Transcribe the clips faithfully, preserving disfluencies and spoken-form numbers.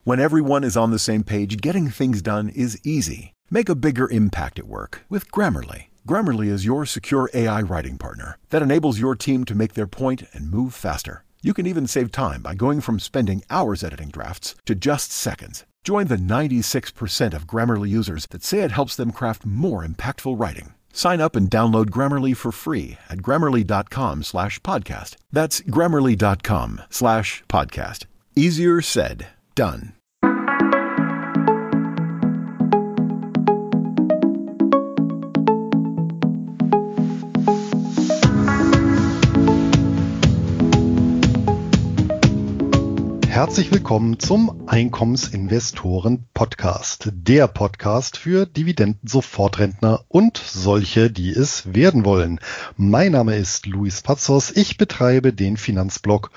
When everyone is on the same page, getting things done is easy. Make a bigger impact at work with Grammarly. Grammarly is your secure A I writing partner that enables your team to make their point and move faster. You can even save time by going from spending hours editing drafts to just seconds. Join the ninety-six percent of Grammarly users that say it helps them craft more impactful writing. Sign up and download Grammarly for free at grammarly.com slash podcast. That's grammarly.com slash podcast. Easier said, done. Herzlich willkommen zum Einkommensinvestoren-Podcast, der Podcast für Dividenden-Sofortrentner und solche, die es werden wollen. Mein Name ist Luis Pazos, ich betreibe den Finanzblog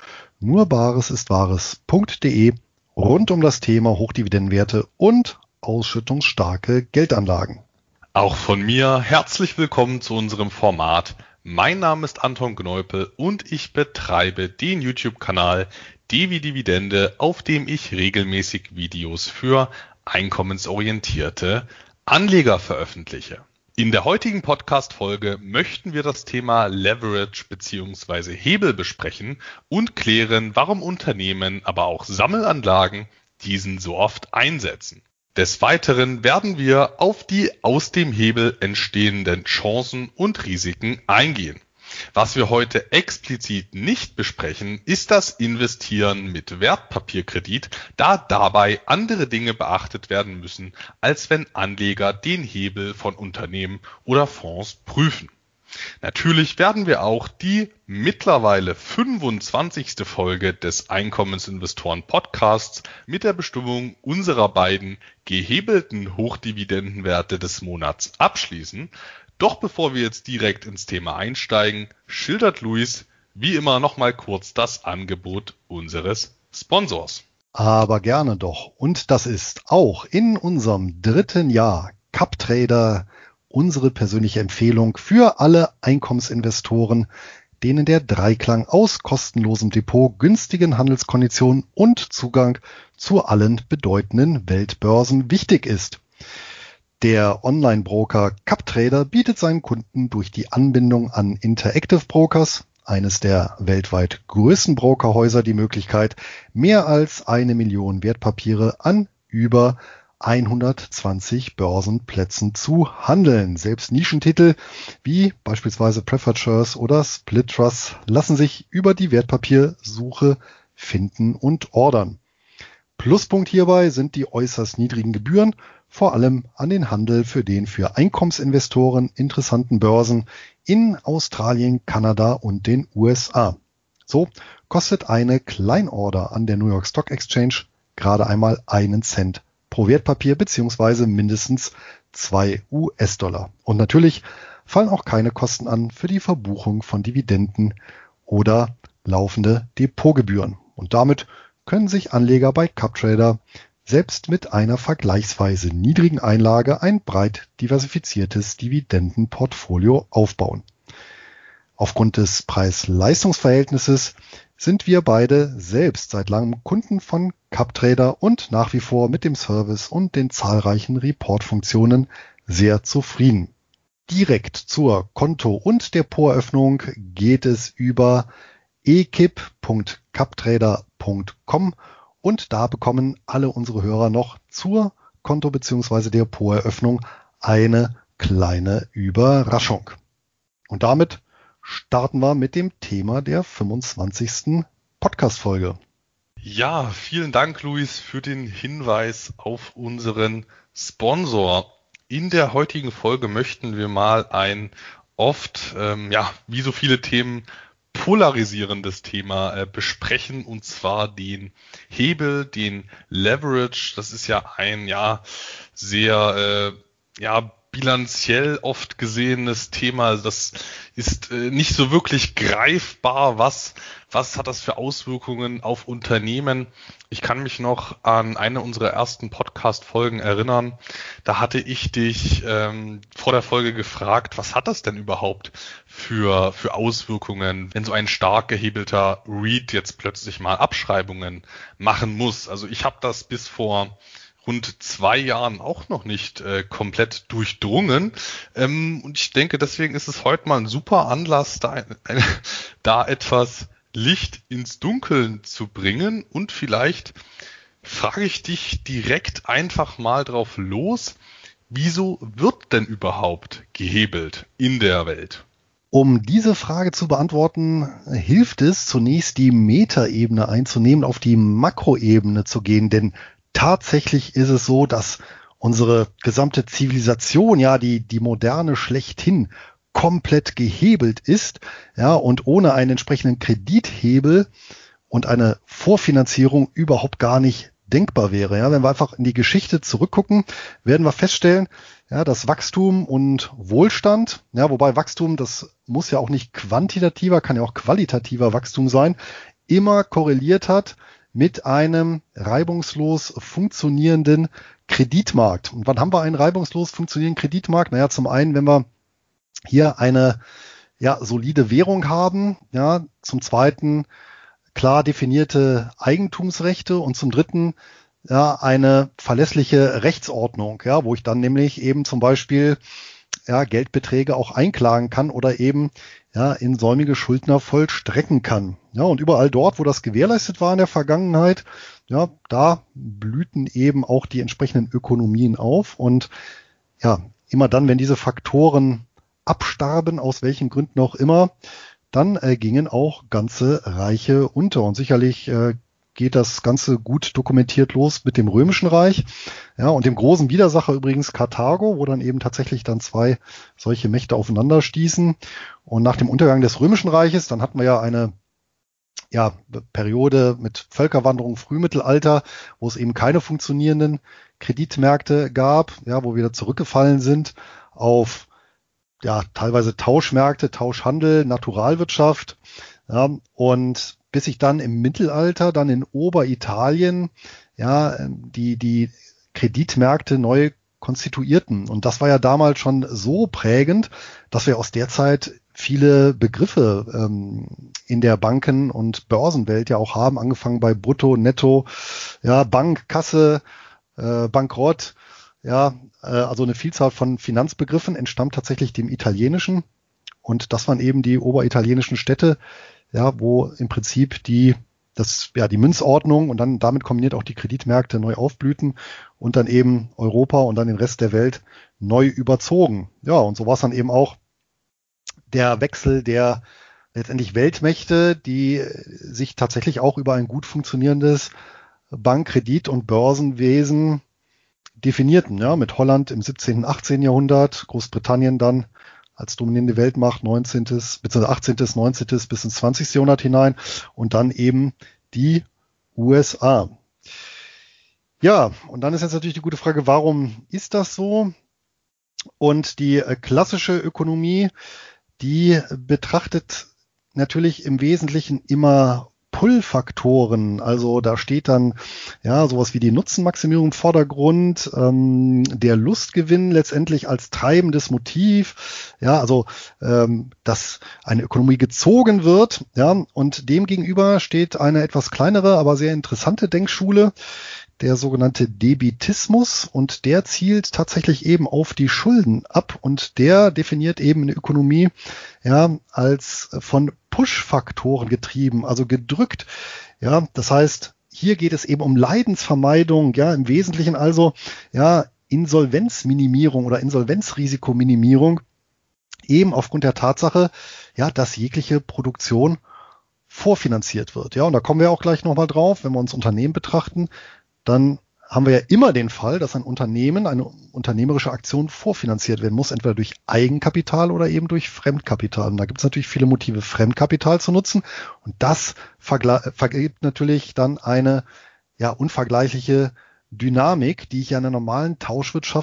nurbaresistwahres.de rund um das Thema Hochdividendenwerte und ausschüttungsstarke Geldanlagen. Auch von mir herzlich willkommen zu unserem Format. Mein Name ist Anton Gneupel und ich betreibe den YouTube-Kanal Devi Dividende, auf dem ich regelmäßig Videos für einkommensorientierte Anleger veröffentliche. In der heutigen Podcast-Folge möchten wir das Thema Leverage bzw. Hebel besprechen und klären, warum Unternehmen, aber auch Sammelanlagen diesen so oft einsetzen. Des Weiteren werden wir auf die aus dem Hebel entstehenden Chancen und Risiken eingehen. Was wir heute explizit nicht besprechen, ist das Investieren mit Wertpapierkredit, da dabei andere Dinge beachtet werden müssen, als wenn Anleger den Hebel von Unternehmen oder Fonds prüfen. Natürlich werden wir auch die mittlerweile fünfundzwanzigste Folge des Einkommensinvestoren-Podcasts mit der Bestimmung unserer beiden gehebelten Hochdividendenwerte des Monats abschließen. Doch bevor wir jetzt direkt ins Thema einsteigen, schildert Luis wie immer nochmal kurz das Angebot unseres Sponsors. Aber gerne doch. Und das ist auch in unserem dritten Jahr CupTrader unsere persönliche Empfehlung für alle Einkommensinvestoren, denen der Dreiklang aus kostenlosem Depot, günstigen Handelskonditionen und Zugang zu allen bedeutenden Weltbörsen wichtig ist. Der Online-Broker CupTrader bietet seinen Kunden durch die Anbindung an Interactive Brokers, eines der weltweit größten Brokerhäuser, die Möglichkeit, mehr als eine Million Wertpapiere an über hundertzwanzig Börsenplätzen zu handeln. Selbst Nischentitel wie beispielsweise Preferred Shares oder Split Trusts lassen sich über die Wertpapiersuche finden und ordern. Pluspunkt hierbei sind die äußerst niedrigen Gebühren, vor allem an den Handel für den für Einkommensinvestoren interessanten Börsen in Australien, Kanada und den U S A. So kostet eine Kleinorder an der New York Stock Exchange gerade einmal einen Cent pro Wertpapier bzw. mindestens zwei U S-Dollar. Und natürlich fallen auch keine Kosten an für die Verbuchung von Dividenden oder laufende Depotgebühren. Und damit können sich Anleger bei CupTrader selbst mit einer vergleichsweise niedrigen Einlage ein breit diversifiziertes Dividendenportfolio aufbauen. Aufgrund des Preis-Leistungs-Verhältnisses sind wir beide selbst seit langem Kunden von CupTrader und nach wie vor mit dem Service und den zahlreichen Report-Funktionen sehr zufrieden. Direkt zur Konto- und Depoteröffnung geht es über e k i p punkt cuptrader punkt com und da bekommen alle unsere Hörer noch zur Konto- bzw. Depoteröffnung eine kleine Überraschung. Und damit starten wir mit dem Thema der fünfundzwanzigsten Podcast-Folge. Ja, vielen Dank, Luis, für den Hinweis auf unseren Sponsor. In der heutigen Folge möchten wir mal ein oft, ähm, ja, wie so viele Themen, polarisierendes Thema äh, besprechen, und zwar den Hebel, den Leverage. Das ist ja ein ja sehr äh, ja bilanziell oft gesehenes Thema. Das ist äh, nicht so wirklich greifbar. Was, was hat das für Auswirkungen auf Unternehmen? Ich kann mich noch an eine unserer ersten Podcast-Folgen erinnern. Da hatte ich dich ähm, vor der Folge gefragt, was hat das denn überhaupt für, für Auswirkungen, wenn so ein stark gehebelter REIT jetzt plötzlich mal Abschreibungen machen muss? Also ich habe das bis vor rund zwei Jahren auch noch nicht äh, komplett durchdrungen. Ähm, und ich denke, deswegen ist es heute mal ein super Anlass, da, äh, da etwas Licht ins Dunkeln zu bringen. Und vielleicht frage ich dich direkt einfach mal drauf los, wieso wird denn überhaupt gehebelt in der Welt? Um diese Frage zu beantworten, hilft es zunächst, die Metaebene einzunehmen, auf die Makroebene zu gehen, denn tatsächlich ist es so, dass unsere gesamte Zivilisation, ja, die, die moderne schlechthin, komplett gehebelt ist, ja, und ohne einen entsprechenden Kredithebel und eine Vorfinanzierung überhaupt gar nicht denkbar wäre. Ja, wenn wir einfach in die Geschichte zurückgucken, werden wir feststellen, ja, dass Wachstum und Wohlstand, ja, wobei Wachstum, das muss ja auch nicht quantitativer, kann ja auch qualitativer Wachstum sein, immer korreliert hat mit einem reibungslos funktionierenden Kreditmarkt. Und wann haben wir einen reibungslos funktionierenden Kreditmarkt? Naja, zum einen, wenn wir hier eine ja, solide Währung haben, ja, zum zweiten klar definierte Eigentumsrechte und zum dritten ja, eine verlässliche Rechtsordnung, ja, wo ich dann nämlich eben zum Beispiel ja, Geldbeträge auch einklagen kann oder eben ja, in säumige Schuldner vollstrecken kann. Ja, und überall dort, wo das gewährleistet war in der Vergangenheit, ja, da blühten eben auch die entsprechenden Ökonomien auf. Und ja, immer dann, wenn diese Faktoren abstarben, aus welchen Gründen auch immer, dann äh, gingen auch ganze Reiche unter. Und sicherlich äh, geht das Ganze gut dokumentiert los mit dem Römischen Reich, ja, und dem großen Widersacher übrigens Karthago, wo dann eben tatsächlich dann zwei solche Mächte aufeinander stießen. Und nach dem Untergang des Römischen Reiches, dann hatten wir ja eine ja, Periode mit Völkerwanderung, Frühmittelalter, wo es eben keine funktionierenden Kreditmärkte gab, ja, wo wir da zurückgefallen sind auf ja teilweise Tauschmärkte, Tauschhandel, Naturalwirtschaft, ja, und bis sich dann im Mittelalter, dann in Oberitalien, ja, die, die Kreditmärkte neu konstituierten. Und das war ja damals schon so prägend, dass wir aus der Zeit viele Begriffe ähm, in der Banken- und Börsenwelt ja auch haben, angefangen bei Brutto, Netto, ja, Bank, Kasse, äh, Bankrott, ja, äh, also eine Vielzahl von Finanzbegriffen entstammt tatsächlich dem Italienischen. Und das waren eben die oberitalienischen Städte, ja, wo im Prinzip die, das, ja, die Münzordnung und dann damit kombiniert auch die Kreditmärkte neu aufblühten und dann eben Europa und dann den Rest der Welt neu überzogen. Ja, und so war es dann eben auch der Wechsel der letztendlich Weltmächte, die sich tatsächlich auch über ein gut funktionierendes Bank-, Kredit- und Börsenwesen definierten, ja, mit Holland im siebzehnten, achtzehnten Jahrhundert, Großbritannien dann als dominierende Weltmacht neunzehnten bzw. achtzehnten, neunzehnten bis ins zwanzigsten Jahrhundert hinein und dann eben die U S A. Ja, und dann ist jetzt natürlich die gute Frage, warum ist das so? Und die äh, klassische Ökonomie, die betrachtet natürlich im Wesentlichen immer Pull-Faktoren, also da steht dann ja sowas wie die Nutzenmaximierung im Vordergrund, ähm, der Lustgewinn letztendlich als treibendes Motiv, ja, also ähm, dass eine Ökonomie gezogen wird, ja, und dem gegenüber steht eine etwas kleinere, aber sehr interessante Denkschule, der sogenannte Debitismus, und der zielt tatsächlich eben auf die Schulden ab und der definiert eben eine Ökonomie ja als von Push-Faktoren getrieben, also gedrückt. Ja, das heißt, hier geht es eben um Leidensvermeidung, ja, im Wesentlichen also ja Insolvenzminimierung oder Insolvenzrisikominimierung, eben aufgrund der Tatsache, ja, dass jegliche Produktion vorfinanziert wird. Ja, und da kommen wir auch gleich nochmal drauf, wenn wir uns Unternehmen betrachten, dann haben wir ja immer den Fall, dass ein Unternehmen, eine unternehmerische Aktion vorfinanziert werden muss, entweder durch Eigenkapital oder eben durch Fremdkapital. Und da gibt es natürlich viele Motive, Fremdkapital zu nutzen. Und das vergibt natürlich dann eine ja unvergleichliche Dynamik, die ich ja in einer normalen Tauschwirtschaft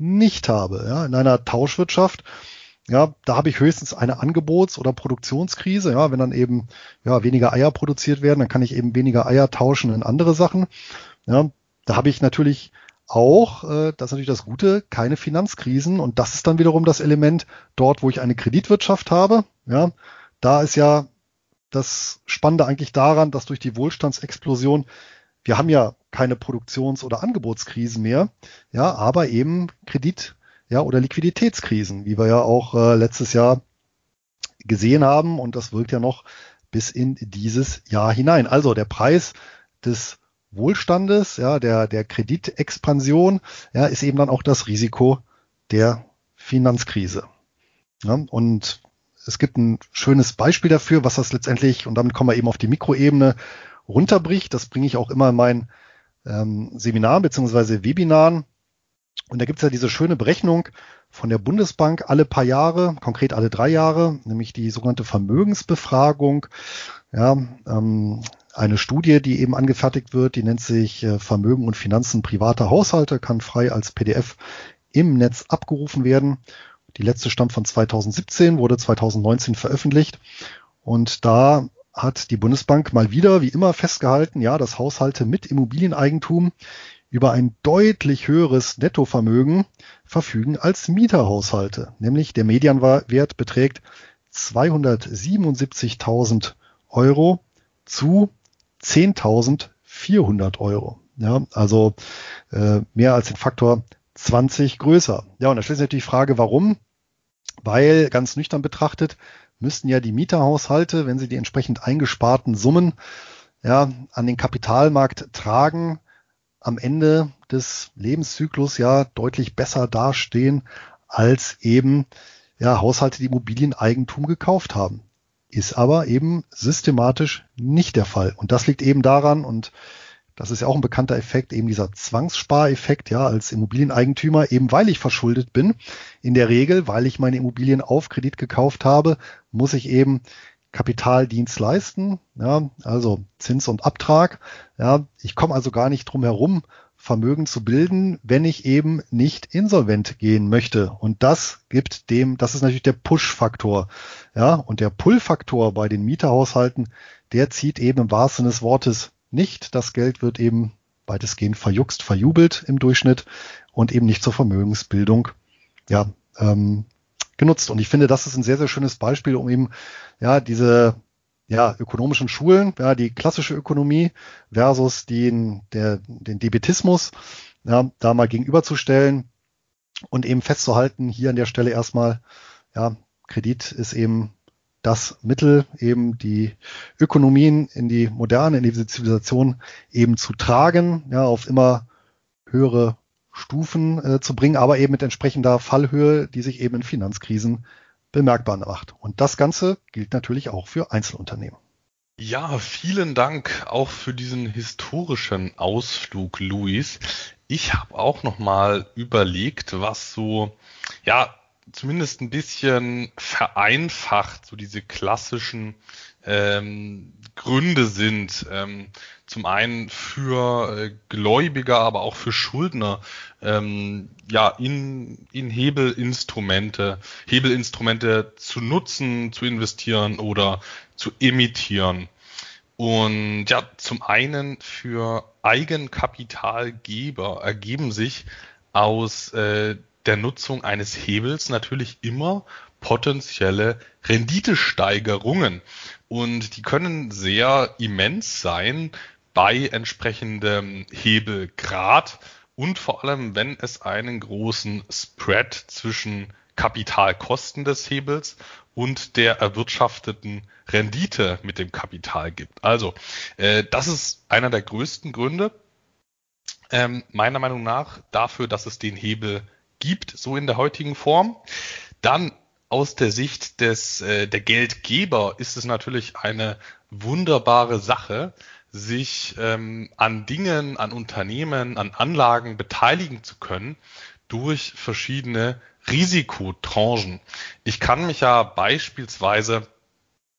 nicht habe. Ja, in einer Tauschwirtschaft, ja, da habe ich höchstens eine Angebots- oder Produktionskrise. Ja, wenn dann eben ja weniger Eier produziert werden, dann kann ich eben weniger Eier tauschen in andere Sachen. Ja, da habe ich natürlich auch, äh, das ist natürlich das Gute, keine Finanzkrisen. Und das ist dann wiederum das Element dort, wo ich eine Kreditwirtschaft habe. Ja, da ist ja das Spannende eigentlich daran, dass durch die Wohlstandsexplosion, wir haben ja keine Produktions- oder Angebotskrisen mehr, ja, aber eben Kredit- ja, oder Liquiditätskrisen, wie wir ja auch äh, letztes Jahr gesehen haben. Und das wirkt ja noch bis in dieses Jahr hinein. Also der Preis des Wohlstandes, ja, der, der Kreditexpansion, ja, ist eben dann auch das Risiko der Finanzkrise. Ja, und es gibt ein schönes Beispiel dafür, was das letztendlich, und damit kommen wir eben auf die Mikroebene, runterbricht. Das bringe ich auch immer in meinen ähm, Seminaren beziehungsweise Webinaren. Und da gibt es ja diese schöne Berechnung von der Bundesbank alle paar Jahre, konkret alle drei Jahre, nämlich die sogenannte Vermögensbefragung. Ja, ähm, eine Studie, die eben angefertigt wird, die nennt sich äh, Vermögen und Finanzen privater Haushalte, kann frei als P D F im Netz abgerufen werden. Die letzte stammt von zweitausendsiebzehn, wurde zweitausendneunzehn veröffentlicht. Und da hat die Bundesbank mal wieder, wie immer, festgehalten, ja, dass Haushalte mit Immobilieneigentum über ein deutlich höheres Nettovermögen verfügen als Mieterhaushalte. Nämlich der Medianwert beträgt zweihundertsiebenundsiebzigtausend Euro zu zehntausendvierhundert Euro. Ja, also äh, mehr als den Faktor zwanzig größer. Ja, und da stellt sich natürlich die Frage, warum? Weil ganz nüchtern betrachtet müssten ja die Mieterhaushalte, wenn sie die entsprechend eingesparten Summen ja an den Kapitalmarkt tragen, am Ende des Lebenszyklus ja deutlich besser dastehen als eben ja Haushalte, die Immobilieneigentum gekauft haben. Ist aber eben systematisch nicht der Fall. Und das liegt eben daran, und das ist ja auch ein bekannter Effekt, eben dieser Zwangsspareffekt, ja, als Immobilieneigentümer, eben weil ich verschuldet bin. In der Regel, weil ich meine Immobilien auf Kredit gekauft habe, muss ich eben Kapitaldienst leisten, ja, also Zins und Abtrag. Ja, ich komme also gar nicht drum herum, Vermögen zu bilden, wenn ich eben nicht insolvent gehen möchte. Und das gibt dem, das ist natürlich der Push-Faktor. Ja, und der Pull-Faktor bei den Mieterhaushalten, der zieht eben im wahrsten Sinne des Wortes nicht. Das Geld wird eben weitestgehend verjuckst, verjubelt im Durchschnitt und eben nicht zur Vermögensbildung, ja, ähm, genutzt. Und ich finde, das ist ein sehr, sehr schönes Beispiel, um eben, ja, diese, ja, ökonomischen Schulen, ja, die klassische Ökonomie versus den, der, den Debitismus, ja, da mal gegenüberzustellen und eben festzuhalten, hier an der Stelle erstmal, ja, Kredit ist eben das Mittel, eben die Ökonomien in die Moderne, in die Zivilisation eben zu tragen, ja, auf immer höhere Stufen äh, zu bringen, aber eben mit entsprechender Fallhöhe, die sich eben in Finanzkrisen bemerkbar macht. Und das Ganze gilt natürlich auch für Einzelunternehmen. Ja, vielen Dank auch für diesen historischen Ausflug, Luis. Ich habe auch noch mal überlegt, was so, ja, zumindest ein bisschen vereinfacht so diese klassischen ähm, Gründe sind. Ähm, zum einen für äh, Gläubiger, aber auch für Schuldner, ähm, ja, in, in Hebelinstrumente, Hebelinstrumente zu nutzen, zu investieren oder zu emittieren. Und ja, zum einen für Eigenkapitalgeber ergeben sich aus äh, der Nutzung eines Hebels natürlich immer potenzielle Renditesteigerungen. Und die können sehr immens sein bei entsprechendem Hebelgrad und vor allem, wenn es einen großen Spread zwischen Kapitalkosten des Hebels und der erwirtschafteten Rendite mit dem Kapital gibt. Also, äh, das ist einer der größten Gründe, ähm, meiner Meinung nach, dafür, dass es den Hebel gibt, so in der heutigen Form. Dann aus der Sicht des äh, der Geldgeber ist es natürlich eine wunderbare Sache, sich ähm, an Dingen, an Unternehmen, an Anlagen beteiligen zu können durch verschiedene Risikotranchen. Ich kann mich ja beispielsweise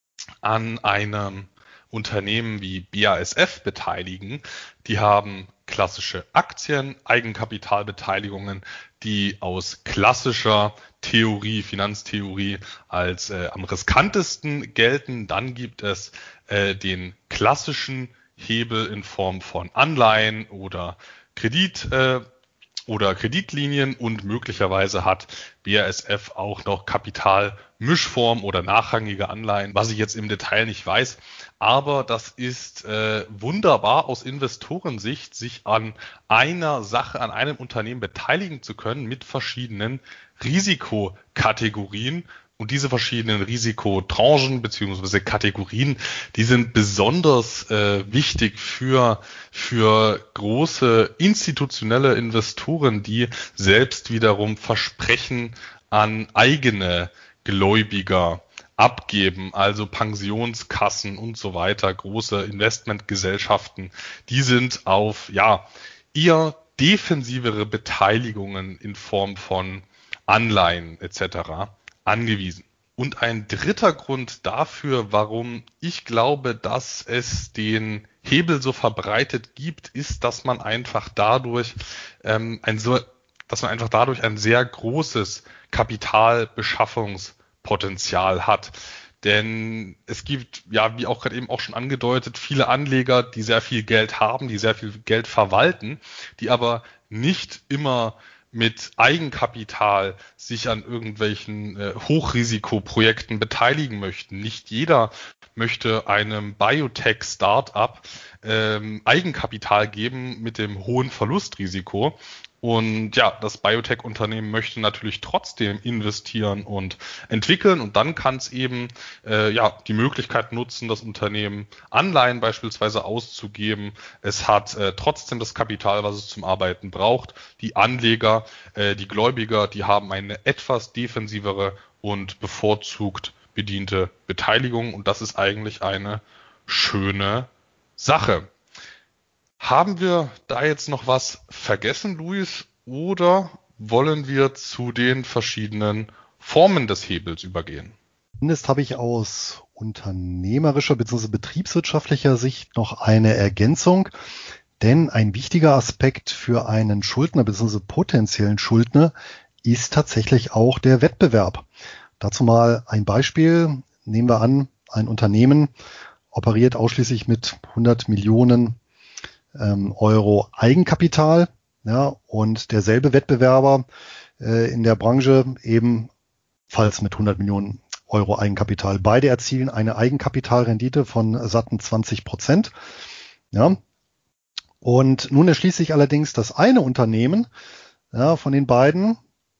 an einem Unternehmen wie B A S F beteiligen. Die haben klassische Aktien, Eigenkapitalbeteiligungen, die aus klassischer Theorie, Finanztheorie als äh, am riskantesten gelten. Dann gibt es äh, den klassischen Hebel in Form von Anleihen oder Kredit äh, oder Kreditlinien und möglicherweise hat B A S F auch noch Kapitalmischform oder nachrangige Anleihen, was ich jetzt im Detail nicht weiß. Aber das ist äh, wunderbar aus Investorensicht, sich an einer Sache, an einem Unternehmen beteiligen zu können mit verschiedenen Risikokategorien. Und diese verschiedenen Risikotranchen bzw. Kategorien, die sind besonders äh, wichtig für, für große institutionelle Investoren, die selbst wiederum Versprechen an eigene Gläubiger abgeben, also Pensionskassen und so weiter, große Investmentgesellschaften, die sind auf ja eher defensivere Beteiligungen in Form von Anleihen et cetera angewiesen. Und ein dritter Grund dafür, warum ich glaube, dass es den Hebel so verbreitet gibt, ist, dass man einfach dadurch ähm, ein so, dass man einfach dadurch ein sehr großes Kapitalbeschaffungspotenzial hat. Denn es gibt, ja, wie auch gerade eben auch schon angedeutet, viele Anleger, die sehr viel Geld haben, die sehr viel Geld verwalten, die aber nicht immer mit Eigenkapital sich an irgendwelchen äh, Hochrisikoprojekten beteiligen möchten. Nicht jeder möchte einem Biotech-Startup ähm, Eigenkapital geben mit dem hohen Verlustrisiko. Und ja, das Biotech-Unternehmen möchte natürlich trotzdem investieren und entwickeln. Und dann kann es eben äh, ja die Möglichkeit nutzen, das Unternehmen Anleihen beispielsweise auszugeben. Es hat äh, trotzdem das Kapital, was es zum Arbeiten braucht. Die Anleger, äh, die Gläubiger, die haben eine etwas defensivere und bevorzugt bediente Beteiligung. Und das ist eigentlich eine schöne Sache. Haben wir da jetzt noch was vergessen, Luis, oder wollen wir zu den verschiedenen Formen des Hebels übergehen? Zumindest habe ich aus unternehmerischer bzw. betriebswirtschaftlicher Sicht noch eine Ergänzung, denn ein wichtiger Aspekt für einen Schuldner bzw. potenziellen Schuldner ist tatsächlich auch der Wettbewerb. Dazu mal ein Beispiel. Nehmen wir an, ein Unternehmen operiert ausschließlich mit hundert Millionen Euro Eigenkapital, ja, und derselbe Wettbewerber äh, in der Branche ebenfalls mit hundert Millionen Euro Eigenkapital. Beide erzielen eine Eigenkapitalrendite von satten zwanzig Prozent. Ja. Und nun erschließt sich allerdings das eine Unternehmen, ja, von den beiden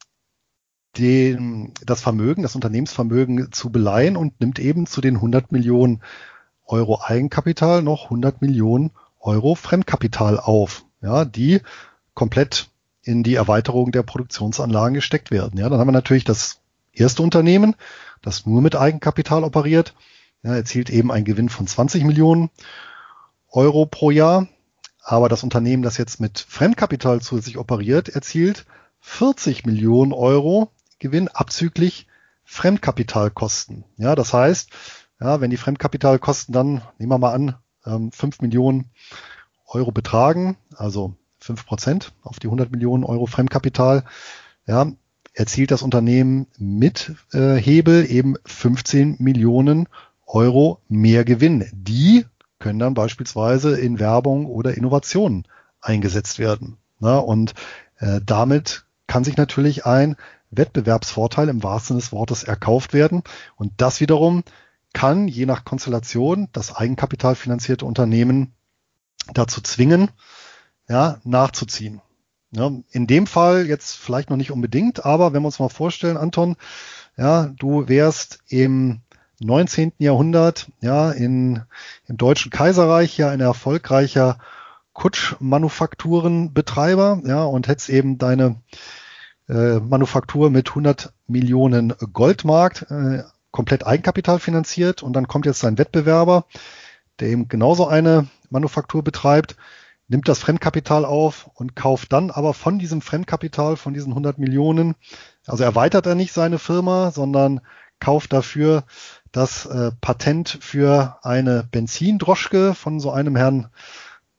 den, das Vermögen, das Unternehmensvermögen zu beleihen und nimmt eben zu den hundert Millionen Euro Eigenkapital noch hundert Millionen Euro Fremdkapital auf, ja, die komplett in die Erweiterung der Produktionsanlagen gesteckt werden. Ja, dann haben wir natürlich das erste Unternehmen, das nur mit Eigenkapital operiert, ja, erzielt eben einen Gewinn von zwanzig Millionen Euro pro Jahr, aber das Unternehmen, das jetzt mit Fremdkapital zusätzlich operiert, erzielt vierzig Millionen Euro Gewinn abzüglich Fremdkapitalkosten. Ja, das heißt, ja, wenn die Fremdkapitalkosten dann, nehmen wir mal an, fünf Millionen Euro betragen, also fünf Prozent auf die hundert Millionen Euro Fremdkapital, ja, erzielt das Unternehmen mit äh, Hebel eben fünfzehn Millionen Euro mehr Gewinn. Die können dann beispielsweise in Werbung oder Innovationen eingesetzt werden. Na, und äh, damit kann sich natürlich ein Wettbewerbsvorteil im wahrsten Sinne des Wortes erkauft werden. Und das wiederum kann je nach Konstellation das eigenkapitalfinanzierte Unternehmen dazu zwingen, ja, nachzuziehen. Ja, in dem Fall jetzt vielleicht noch nicht unbedingt, aber wenn wir uns mal vorstellen, Anton, ja, du wärst im neunzehnten Jahrhundert, ja, in, im Deutschen Kaiserreich ja ein erfolgreicher Kutschmanufakturenbetreiber, ja, und hättest eben deine äh, Manufaktur mit hundert Millionen Goldmark äh, komplett Eigenkapital finanziert, und dann kommt jetzt ein Wettbewerber, der eben genauso eine Manufaktur betreibt, nimmt das Fremdkapital auf und kauft dann aber von diesem Fremdkapital, von diesen hundert Millionen, also erweitert er nicht seine Firma, sondern kauft dafür das äh, Patent für eine Benzindroschke von so einem Herrn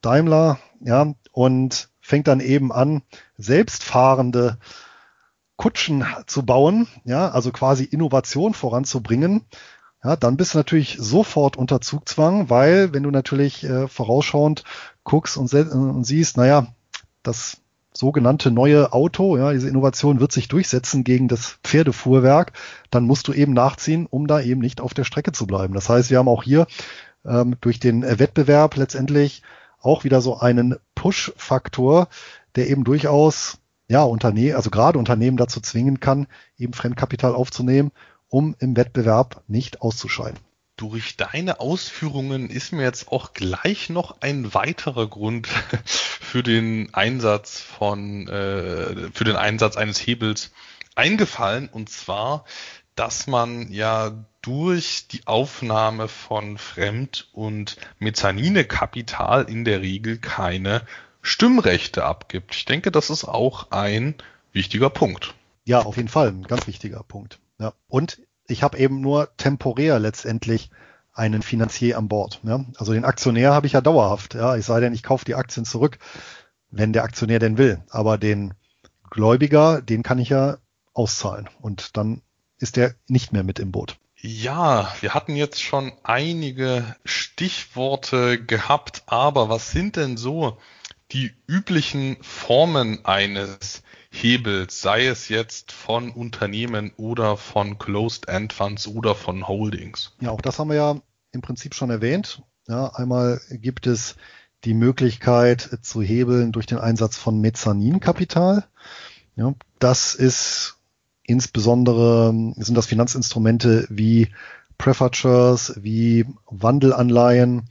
Daimler, ja, und fängt dann eben an, selbstfahrende Kutschen zu bauen, ja, also quasi Innovation voranzubringen, ja, dann bist du natürlich sofort unter Zugzwang, weil wenn du natürlich äh, vorausschauend guckst und, se- und siehst, naja, das sogenannte neue Auto, ja, diese Innovation wird sich durchsetzen gegen das Pferdefuhrwerk, dann musst du eben nachziehen, um da eben nicht auf der Strecke zu bleiben. Das heißt, wir haben auch hier ähm, durch den äh, Wettbewerb letztendlich auch wieder so einen Push-Faktor, der eben durchaus, ja, Unternehmen, also gerade Unternehmen dazu zwingen kann, eben Fremdkapital aufzunehmen, um im Wettbewerb nicht auszuscheiden. Durch deine Ausführungen ist mir jetzt auch gleich noch ein weiterer Grund für den Einsatz von, äh, für den Einsatz eines Hebels eingefallen, und zwar, dass man ja durch die Aufnahme von Fremd- und Mezzaninekapital in der Regel keine Stimmrechte abgibt. Ich denke, das ist auch ein wichtiger Punkt. Ja, auf jeden Fall, ein ganz wichtiger Punkt. Ja. Und ich habe eben nur temporär letztendlich einen Finanzier an Bord. Ja. Also den Aktionär habe ich ja dauerhaft. Ja. Es sei denn, ich kaufe die Aktien zurück, wenn der Aktionär denn will. Aber den Gläubiger, den kann ich ja auszahlen. Und dann ist der nicht mehr mit im Boot. Ja, wir hatten jetzt schon einige Stichworte gehabt, aber was sind denn so die üblichen Formen eines Hebels, sei es jetzt von Unternehmen oder von Closed-End Funds oder von Holdings? Ja, auch das haben wir ja im Prinzip schon erwähnt. Ja, einmal gibt es die Möglichkeit zu hebeln durch den Einsatz von Mezzaninkapital. Ja, das ist insbesondere, sind das Finanzinstrumente wie Prefatures, wie Wandelanleihen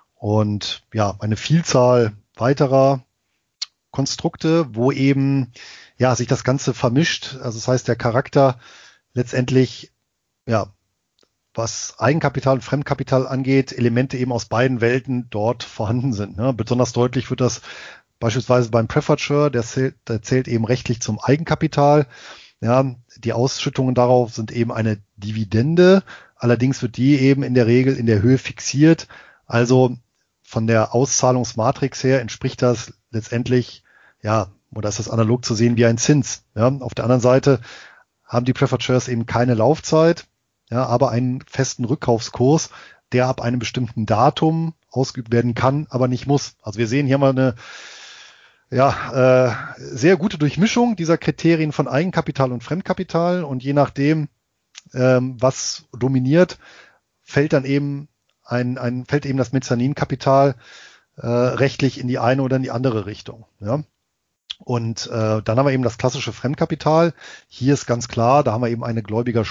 und ja, eine Vielzahl weiterer Konstrukte, wo eben ja sich das Ganze vermischt. Also das heißt, der Charakter letztendlich, ja, was Eigenkapital und Fremdkapital angeht, Elemente eben aus beiden Welten dort vorhanden sind. Ne? Besonders deutlich wird das beispielsweise beim Prefature, der zählt, der zählt eben rechtlich zum Eigenkapital. Ja, die Ausschüttungen darauf sind eben eine Dividende. Allerdings wird die eben in der Regel in der Höhe fixiert. Also von der Auszahlungsmatrix her entspricht das letztendlich, ja, oder ist das analog zu sehen wie ein Zins. Ja, auf der anderen Seite haben die Prefatures eben keine Laufzeit, ja, aber einen festen Rückkaufskurs, der ab einem bestimmten Datum ausgeübt werden kann, aber nicht muss. Also wir sehen hier mal eine ja, äh, sehr gute Durchmischung dieser Kriterien von Eigenkapital und Fremdkapital, und je nachdem, ähm, was dominiert, fällt dann eben ein, ein fällt eben das Mezzaninkapital äh, rechtlich in die eine oder in die andere Richtung. Ja. Und äh, dann haben wir eben das klassische Fremdkapital. Hier ist ganz klar, da haben wir eben eine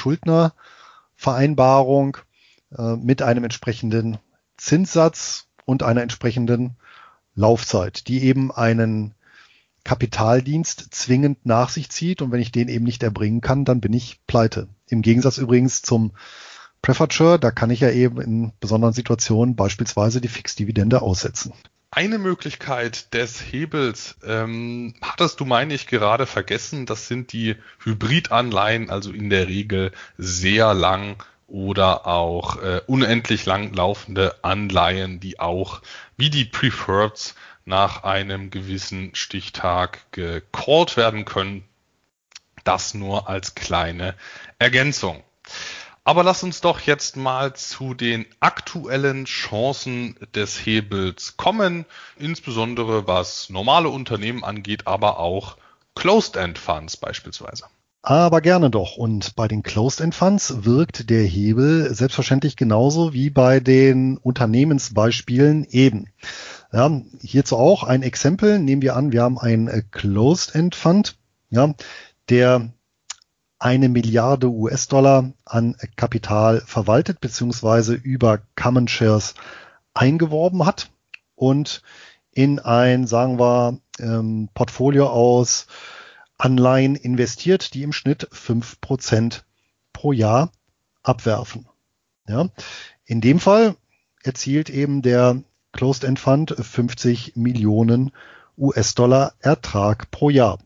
Gläubiger-Schuldner-Vereinbarung äh, mit einem entsprechenden Zinssatz und einer entsprechenden Laufzeit, die eben einen Kapitaldienst zwingend nach sich zieht, und wenn ich den eben nicht erbringen kann, dann bin ich pleite. Im Gegensatz übrigens zum Prefature, da kann ich ja eben in besonderen Situationen beispielsweise die Fixdividende aussetzen. Eine Möglichkeit des Hebels ähm, hattest du, meine ich, gerade vergessen. Das sind die Hybridanleihen, also in der Regel sehr lang oder auch äh, unendlich lang laufende Anleihen, die auch wie die Preferreds nach einem gewissen Stichtag gecallt werden können. Das nur als kleine Ergänzung. Aber lass uns doch jetzt mal zu den aktuellen Chancen des Hebels kommen, insbesondere was normale Unternehmen angeht, aber auch Closed-End Funds beispielsweise. Aber gerne doch. Und bei den Closed-End Funds wirkt der Hebel selbstverständlich genauso wie bei den Unternehmensbeispielen eben. Ja, hierzu auch ein Exempel. Nehmen wir an, wir haben einen Closed-End Fund, ja, der eine Milliarde U S-Dollar an Kapital verwaltet beziehungsweise über Common Shares eingeworben hat und in ein, sagen wir, ähm, Portfolio aus Anleihen investiert, die im Schnitt fünf Prozent pro Jahr abwerfen. Ja, in dem Fall erzielt eben der Closed-End Fund fünfzig Millionen U S-Dollar Ertrag pro Jahr.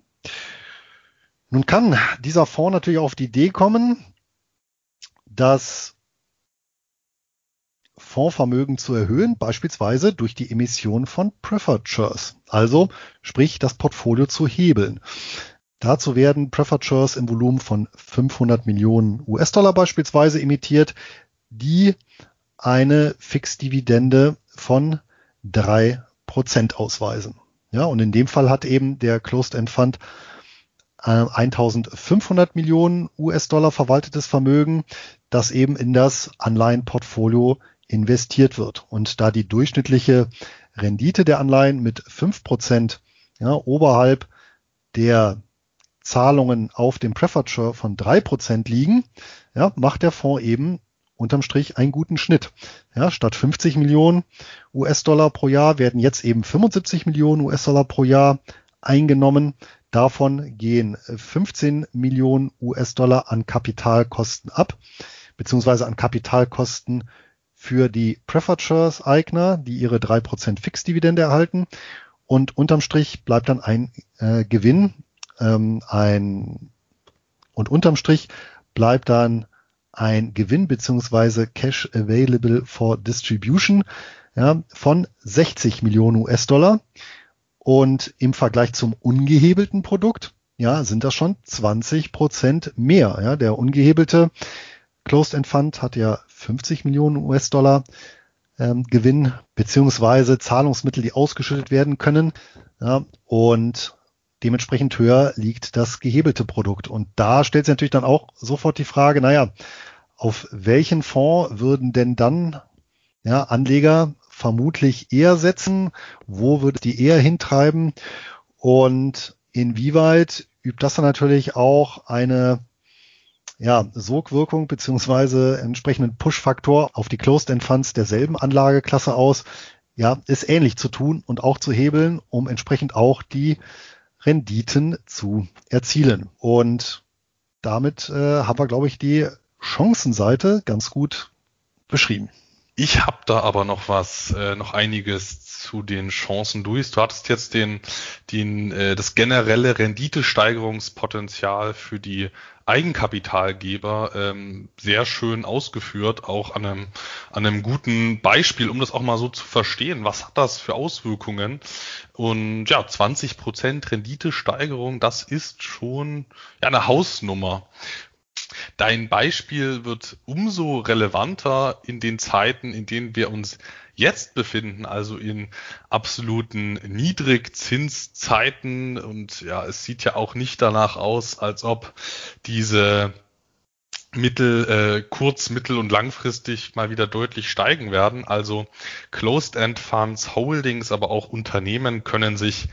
Nun kann dieser Fonds natürlich auf die Idee kommen, dass Fondsvermögen zu erhöhen, beispielsweise durch die Emission von Preferred Shares, also sprich das Portfolio zu hebeln. Dazu werden Preferred Shares im Volumen von fünfhundert Millionen U S-Dollar beispielsweise emittiert, die eine Fixdividende von drei Prozent ausweisen. Ja, und in dem Fall hat eben der Closed-End Fund äh, eintausendfünfhundert Millionen U S-Dollar verwaltetes Vermögen, das eben in das Anleihenportfolio investiert wird. Und da die durchschnittliche Rendite der Anleihen mit fünf Prozent ja, oberhalb der Zahlungen auf dem Preferred Share von drei Prozent liegen, ja, macht der Fonds eben unterm Strich einen guten Schnitt. Ja, statt fünfzig Millionen U S-Dollar pro Jahr werden jetzt eben fünfundsiebzig Millionen U S-Dollar pro Jahr eingenommen. Davon gehen fünfzehn Millionen U S-Dollar an Kapitalkosten ab, beziehungsweise an Kapitalkosten für die Preferred Shares Eigner, die ihre drei Prozent Fixdividende erhalten. Und unterm Strich bleibt dann ein äh, Gewinn, ähm, ein, und unterm Strich bleibt dann ein Gewinn beziehungsweise Cash Available for Distribution ja, von sechzig Millionen U S-Dollar. Und im Vergleich zum ungehebelten Produkt ja, sind das schon zwanzig Prozent mehr. Ja. Der ungehebelte Closed-End Fund hat ja fünfzig Millionen U S-Dollar ähm, Gewinn beziehungsweise Zahlungsmittel, die ausgeschüttet werden können. Ja, und dementsprechend höher liegt das gehebelte Produkt. Und da stellt sich natürlich dann auch sofort die Frage, naja, auf welchen Fonds würden denn dann ja, Anleger vermutlich eher setzen? Wo würde die eher hintreiben? Und inwieweit übt das dann natürlich auch eine ja, Sogwirkung beziehungsweise entsprechenden Push-Faktor auf die Closed-End Funds derselben Anlageklasse aus? Ja, ist ähnlich zu tun und auch zu hebeln, um entsprechend auch die Renditen zu erzielen. Und damit äh, haben wir, glaube ich, die Chancenseite ganz gut beschrieben. Ich habe da aber noch was, äh, noch einiges zu den Chancen durch. Du hattest jetzt den, den, äh, das generelle Renditesteigerungspotenzial für die Eigenkapitalgeber ähm, sehr schön ausgeführt, auch an einem, an einem guten Beispiel, um das auch mal so zu verstehen. Was hat das für Auswirkungen? Und ja, zwanzig Prozent Renditesteigerung, das ist schon ja eine Hausnummer. Dein Beispiel wird umso relevanter in den Zeiten, in denen wir uns jetzt befinden, also in absoluten Niedrigzinszeiten. Und ja, es sieht ja auch nicht danach aus, als ob diese mittel, äh, kurz-, mittel- und langfristig mal wieder deutlich steigen werden. Also Closed-End Funds, Holdings, aber auch Unternehmen können sich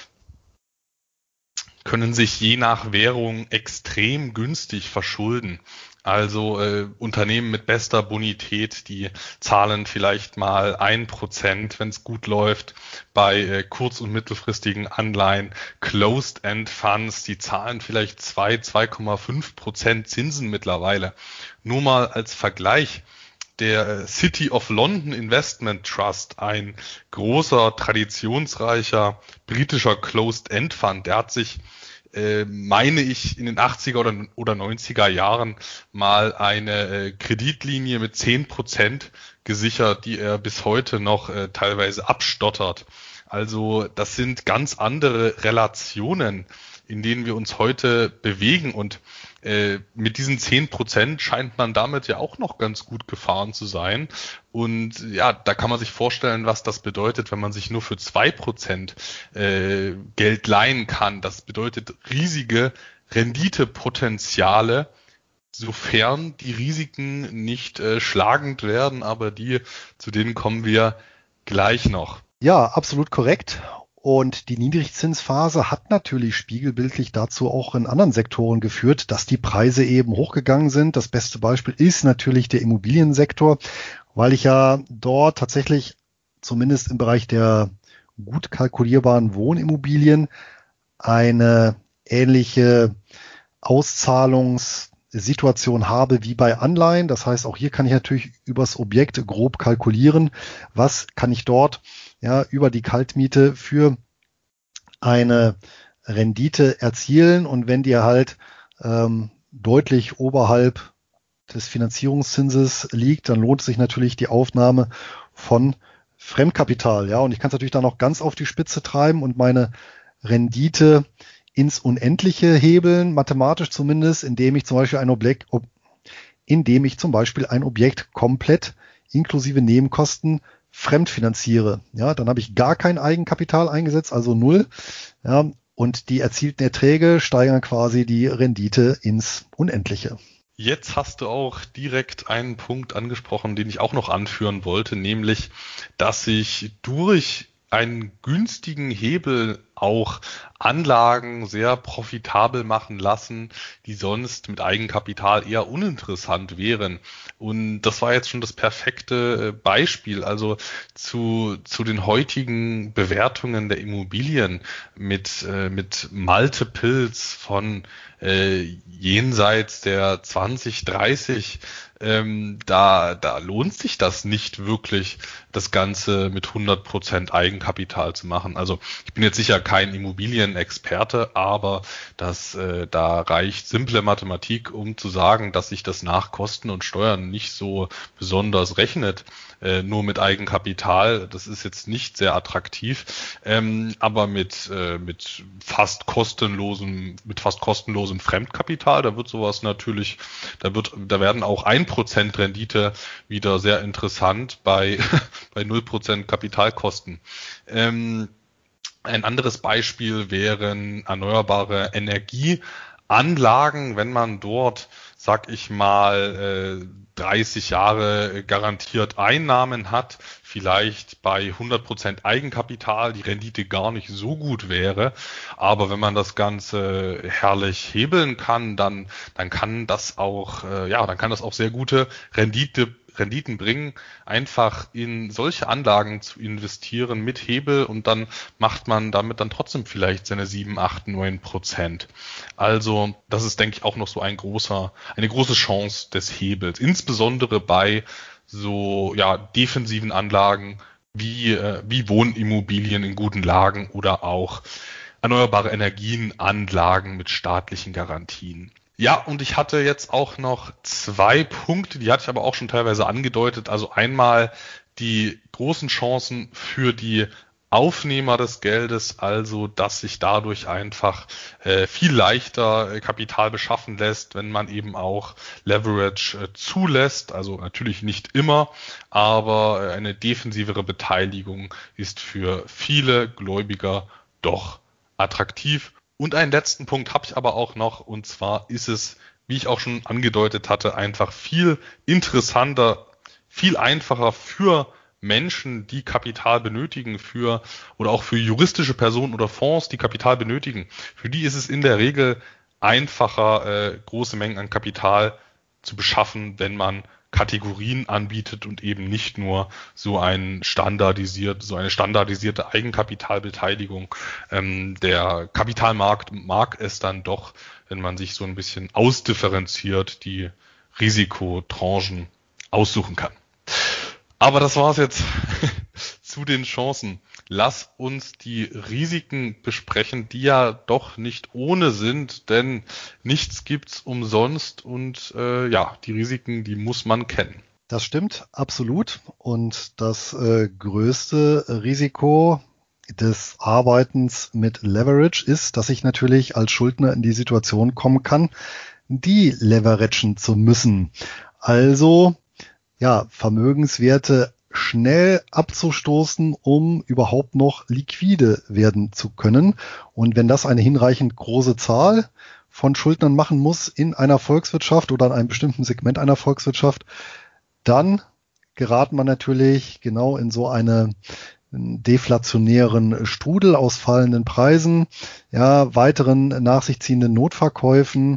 können sich je nach Währung extrem günstig verschulden. Also äh, Unternehmen mit bester Bonität, die zahlen vielleicht mal ein Prozent, wenn es gut läuft, bei äh, kurz- und mittelfristigen Anleihen. Closed-End Funds, die zahlen vielleicht zwei, zwei Komma fünf Prozent Zinsen mittlerweile. Nur mal als Vergleich. Der City of London Investment Trust, ein großer, traditionsreicher britischer Closed-End Fund, der hat sich, äh, meine ich, in den achtziger oder, oder neunziger Jahren mal eine äh, Kreditlinie mit zehn Prozent gesichert, die er bis heute noch äh, teilweise abstottert. Also das sind ganz andere Relationen, in denen wir uns heute bewegen, und äh, mit diesen zehn Prozent scheint man damit ja auch noch ganz gut gefahren zu sein. Und ja, da kann man sich vorstellen, was das bedeutet, wenn man sich nur für zwei Prozent äh, Geld leihen kann. Das bedeutet riesige Renditepotenziale, sofern die Risiken nicht äh, schlagend werden, aber die, zu denen kommen wir gleich noch. Ja, absolut korrekt. Und die Niedrigzinsphase hat natürlich spiegelbildlich dazu auch in anderen Sektoren geführt, dass die Preise eben hochgegangen sind. Das beste Beispiel ist natürlich der Immobiliensektor, weil ich ja dort tatsächlich zumindest im Bereich der gut kalkulierbaren Wohnimmobilien eine ähnliche Auszahlungssituation habe wie bei Anleihen. Das heißt, auch hier kann ich natürlich übers Objekt grob kalkulieren. Was kann ich dort ja über die Kaltmiete für eine Rendite erzielen? Und wenn die halt ähm, deutlich oberhalb des Finanzierungszinses liegt, dann lohnt sich natürlich die Aufnahme von Fremdkapital. Ja, und ich kann es natürlich dann auch ganz auf die Spitze treiben und meine Rendite ins Unendliche hebeln, mathematisch zumindest, indem ich zum Beispiel ein Objekt, indem ich zum Beispiel ein Objekt komplett inklusive Nebenkosten fremdfinanziere. Ja, dann habe ich gar kein Eigenkapital eingesetzt, also null. Ja, und die erzielten Erträge steigern quasi die Rendite ins Unendliche. Jetzt hast du auch direkt einen Punkt angesprochen, den ich auch noch anführen wollte, nämlich, dass ich durch einen günstigen Hebel auch Anlagen sehr profitabel machen lassen, die sonst mit Eigenkapital eher uninteressant wären. Und das war jetzt schon das perfekte Beispiel. Also zu, zu den heutigen Bewertungen der Immobilien mit, äh, mit Multiples von äh, jenseits der zwanzig, dreißig, ähm, da, da lohnt sich das nicht wirklich, das Ganze mit hundert Prozent Eigenkapital zu machen. Also ich bin jetzt sicher kein Immobilienexperte, aber das, äh, da reicht simple Mathematik, um zu sagen, dass sich das nach Kosten und Steuern nicht so besonders rechnet, äh, nur mit Eigenkapital. Das ist jetzt nicht sehr attraktiv, ähm, aber mit, äh, mit fast kostenlosem, mit fast kostenlosem Fremdkapital, da wird sowas natürlich, da wird, da werden auch ein Prozent Rendite wieder sehr interessant bei, bei null Prozent Kapitalkosten. Ähm, Ein anderes Beispiel wären erneuerbare Energieanlagen, wenn man dort, sag ich mal, dreißig Jahre garantiert Einnahmen hat, vielleicht bei hundert Prozent Eigenkapital die Rendite gar nicht so gut wäre, aber wenn man das Ganze herrlich hebeln kann, dann dann kann das auch ja, dann kann das auch sehr gute Rendite Renditen bringen, einfach in solche Anlagen zu investieren mit Hebel und dann macht man damit dann trotzdem vielleicht seine sieben, acht, neun Prozent. Also das ist, denke ich, auch noch so ein großer, eine große Chance des Hebels, insbesondere bei so ja defensiven Anlagen wie äh, wie Wohnimmobilien in guten Lagen oder auch erneuerbare Energienanlagen mit staatlichen Garantien. Ja, und ich hatte jetzt auch noch zwei Punkte, die hatte ich aber auch schon teilweise angedeutet. Also einmal die großen Chancen für die Aufnehmer des Geldes, also dass sich dadurch einfach äh, viel leichter äh, Kapital beschaffen lässt, wenn man eben auch Leverage äh, zulässt. Also natürlich nicht immer, aber äh, eine defensivere Beteiligung ist für viele Gläubiger doch attraktiv. Und einen letzten Punkt habe ich aber auch noch, und zwar ist es, wie ich auch schon angedeutet hatte, einfach viel interessanter, viel einfacher für Menschen, die Kapital benötigen, für oder auch für juristische Personen oder Fonds, die Kapital benötigen. Für die ist es in der Regel einfacher, äh, große Mengen an Kapital zu beschaffen, wenn man Kategorien anbietet und eben nicht nur so ein standardisiert, so eine standardisierte Eigenkapitalbeteiligung. Ähm, der Kapitalmarkt mag es dann doch, wenn man sich so ein bisschen ausdifferenziert die Risikotranchen aussuchen kann. Aber das war's jetzt zu den Chancen. Lass uns die Risiken besprechen, die ja doch nicht ohne sind, denn nichts gibt's umsonst und äh, ja, die Risiken, die muss man kennen. Das stimmt, absolut. Und das äh, größte Risiko des Arbeitens mit Leverage ist, dass ich natürlich als Schuldner in die Situation kommen kann, die leveragen zu müssen. Also ja, Vermögenswerte schnell abzustoßen, um überhaupt noch liquide werden zu können. Und wenn das eine hinreichend große Zahl von Schuldnern machen muss in einer Volkswirtschaft oder in einem bestimmten Segment einer Volkswirtschaft, dann gerät man natürlich genau in so eine deflationären Strudel aus fallenden Preisen, ja, weiteren nach sich ziehenden Notverkäufen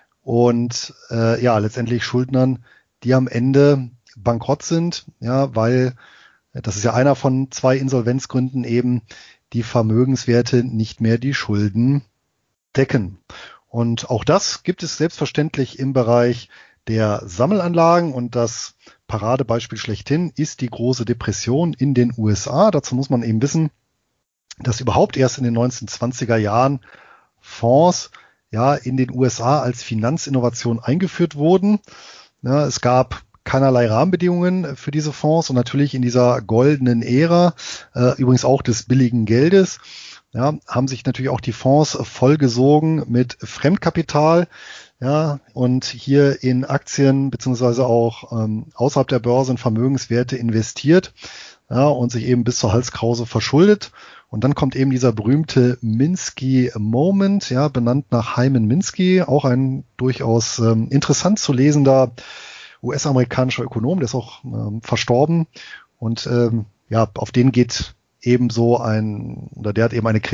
und äh, ja, letztendlich Schuldnern, die am Ende bankrott sind, ja, weil das ist ja einer von zwei Insolvenzgründen eben, die Vermögenswerte nicht mehr die Schulden decken. Und auch das gibt es selbstverständlich im Bereich der Sammelanlagen und das Paradebeispiel schlechthin ist die große Depression in den U S A. Dazu muss man eben wissen, dass überhaupt erst in den neunzehnhundertzwanziger Jahren Fonds ja in den U S A als Finanzinnovation eingeführt wurden. Ja, es gab keinerlei Rahmenbedingungen für diese Fonds und natürlich in dieser goldenen Ära, äh, übrigens auch des billigen Geldes, ja, haben sich natürlich auch die Fonds vollgesogen mit Fremdkapital, ja, und hier in Aktien beziehungsweise auch ähm, außerhalb der Börse in Vermögenswerte investiert, ja, und sich eben bis zur Halskrause verschuldet. Und dann kommt eben dieser berühmte Minsky-Moment, ja, benannt nach Hyman Minsky, auch ein durchaus ähm, interessant zu lesender U S-amerikanischer Ökonom, der ist auch ähm, verstorben. Und ähm, ja, auf den geht eben so ein, oder der hat eben eine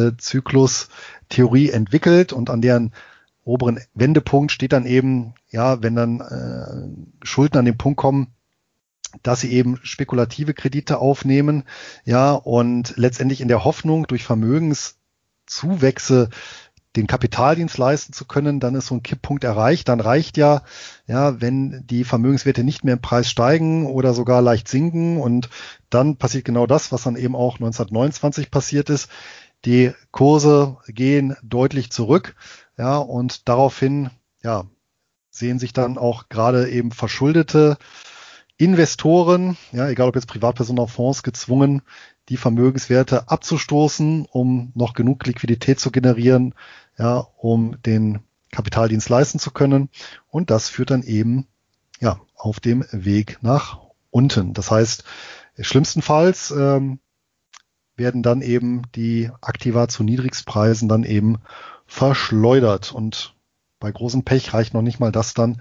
Kreditzyklus-Theorie entwickelt und an deren oberen Wendepunkt steht dann eben, ja, wenn dann äh, Schulden an den Punkt kommen, dass sie eben spekulative Kredite aufnehmen, ja, und letztendlich in der Hoffnung, durch Vermögenszuwächse den Kapitaldienst leisten zu können, dann ist so ein Kipppunkt erreicht. Dann reicht ja, ja, wenn die Vermögenswerte nicht mehr im Preis steigen oder sogar leicht sinken, und dann passiert genau das, was dann eben auch neunzehnhundertneunundzwanzig passiert ist. Die Kurse gehen deutlich zurück, ja, und daraufhin, ja, sehen sich dann auch gerade eben verschuldete Investoren, ja, egal ob jetzt Privatpersonen oder Fonds, gezwungen, die Vermögenswerte abzustoßen, um noch genug Liquidität zu generieren, ja, um den Kapitaldienst leisten zu können. Und das führt dann eben, ja, auf dem Weg nach unten. Das heißt, schlimmstenfalls ähm, werden dann eben die Aktiva zu Niedrigstpreisen dann eben verschleudert. Und bei großem Pech reicht noch nicht mal das dann,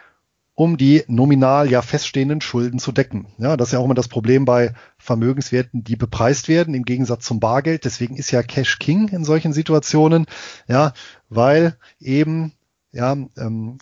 um die nominal ja feststehenden Schulden zu decken. Ja, das ist ja auch immer das Problem bei Vermögenswerten, die bepreist werden, im Gegensatz zum Bargeld. Deswegen ist ja Cash King in solchen Situationen, ja, weil eben ja ähm,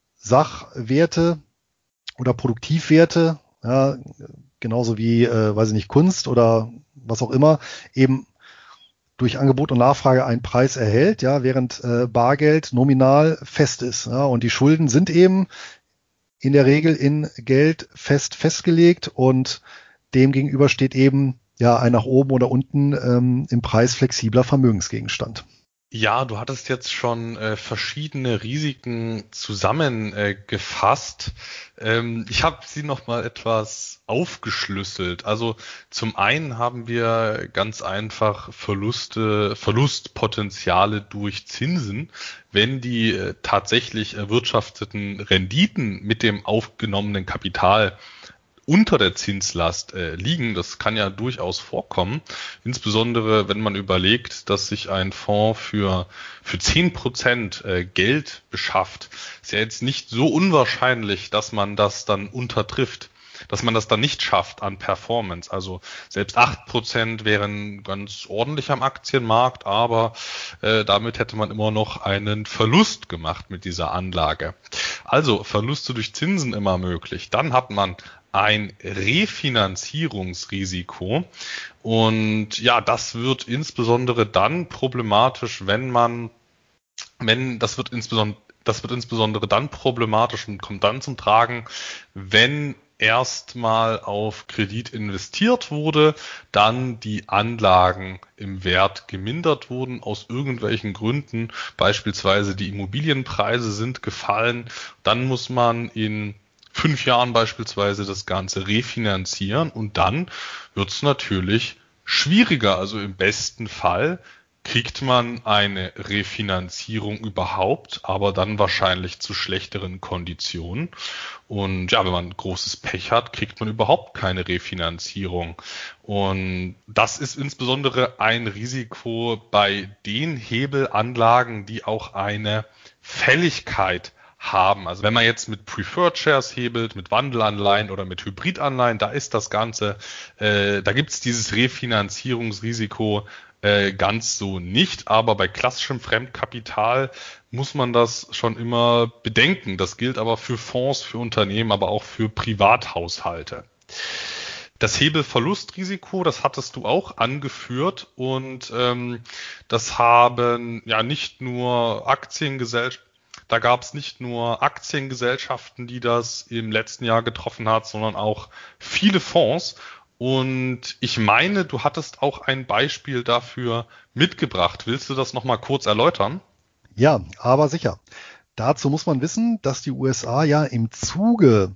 Sachwerte oder Produktivwerte, ja, genauso wie, äh, weiß ich nicht, Kunst oder was auch immer, eben durch Angebot und Nachfrage einen Preis erhält, ja, während äh, Bargeld nominal fest ist. Ja, und die Schulden sind eben in der Regel in Geld fest festgelegt, und dem gegenüber steht eben ja ein nach oben oder unten ähm, im Preis flexibler Vermögensgegenstand. Ja, du hattest jetzt schon äh, verschiedene Risiken zusammengefasst. Äh, ähm, ich habe sie noch mal etwas aufgeschlüsselt. Also zum einen haben wir ganz einfach Verluste, Verlustpotenziale durch Zinsen, wenn die äh, tatsächlich erwirtschafteten Renditen mit dem aufgenommenen Kapital unter der Zinslast äh, liegen. Das kann ja durchaus vorkommen, insbesondere wenn man überlegt, dass sich ein Fonds für für zehn Prozent äh, Geld beschafft. Ist ja jetzt nicht so unwahrscheinlich, dass man das dann untertrifft, dass man das dann nicht schafft an Performance. Also selbst acht Prozent wären ganz ordentlich am Aktienmarkt, aber äh, damit hätte man immer noch einen Verlust gemacht mit dieser Anlage. Also Verluste durch Zinsen immer möglich. Dann hat man ein Refinanzierungsrisiko, und ja, das wird insbesondere dann problematisch, wenn man, wenn das wird insbesondere, das wird insbesondere dann problematisch und kommt dann zum Tragen, wenn erstmal auf Kredit investiert wurde, dann die Anlagen im Wert gemindert wurden aus irgendwelchen Gründen, beispielsweise die Immobilienpreise sind gefallen, dann muss man in fünf Jahren beispielsweise das Ganze refinanzieren, und dann wird es natürlich schwieriger. Also im besten Fall kriegt man eine Refinanzierung überhaupt, aber dann wahrscheinlich zu schlechteren Konditionen. Und ja, wenn man großes Pech hat, kriegt man überhaupt keine Refinanzierung. Und das ist insbesondere ein Risiko bei den Hebelanlagen, die auch eine Fälligkeit haben. Also wenn man jetzt mit Preferred Shares hebelt, mit Wandelanleihen oder mit Hybridanleihen, da ist das Ganze, äh, da gibt es dieses Refinanzierungsrisiko äh, ganz so nicht, aber bei klassischem Fremdkapital muss man das schon immer bedenken. Das gilt aber für Fonds, für Unternehmen, aber auch für Privathaushalte. Das Hebelverlustrisiko, das hattest du auch angeführt, und ähm, das haben ja nicht nur Aktiengesellschaften, Da gab es nicht nur Aktiengesellschaften, die das im letzten Jahr getroffen hat, sondern auch viele Fonds. Und ich meine, du hattest auch ein Beispiel dafür mitgebracht. Willst du das nochmal kurz erläutern? Ja, aber sicher. Dazu muss man wissen, dass die U S A ja im Zuge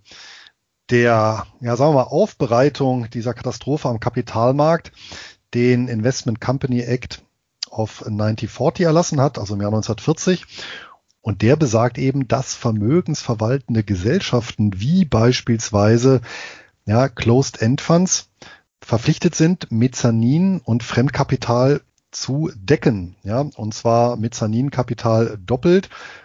der, ja, sagen wir mal, Aufbereitung dieser Katastrophe am Kapitalmarkt den Investment Company Act of neunzehnhundertvierzig erlassen hat, also im Jahr neunzehnhundertvierzig. Und der besagt eben, dass vermögensverwaltende Gesellschaften wie beispielsweise ja, Closed-End Funds verpflichtet sind, Mezzanin und Fremdkapital zu decken. Ja, und zwar Mezzaninkapital doppelt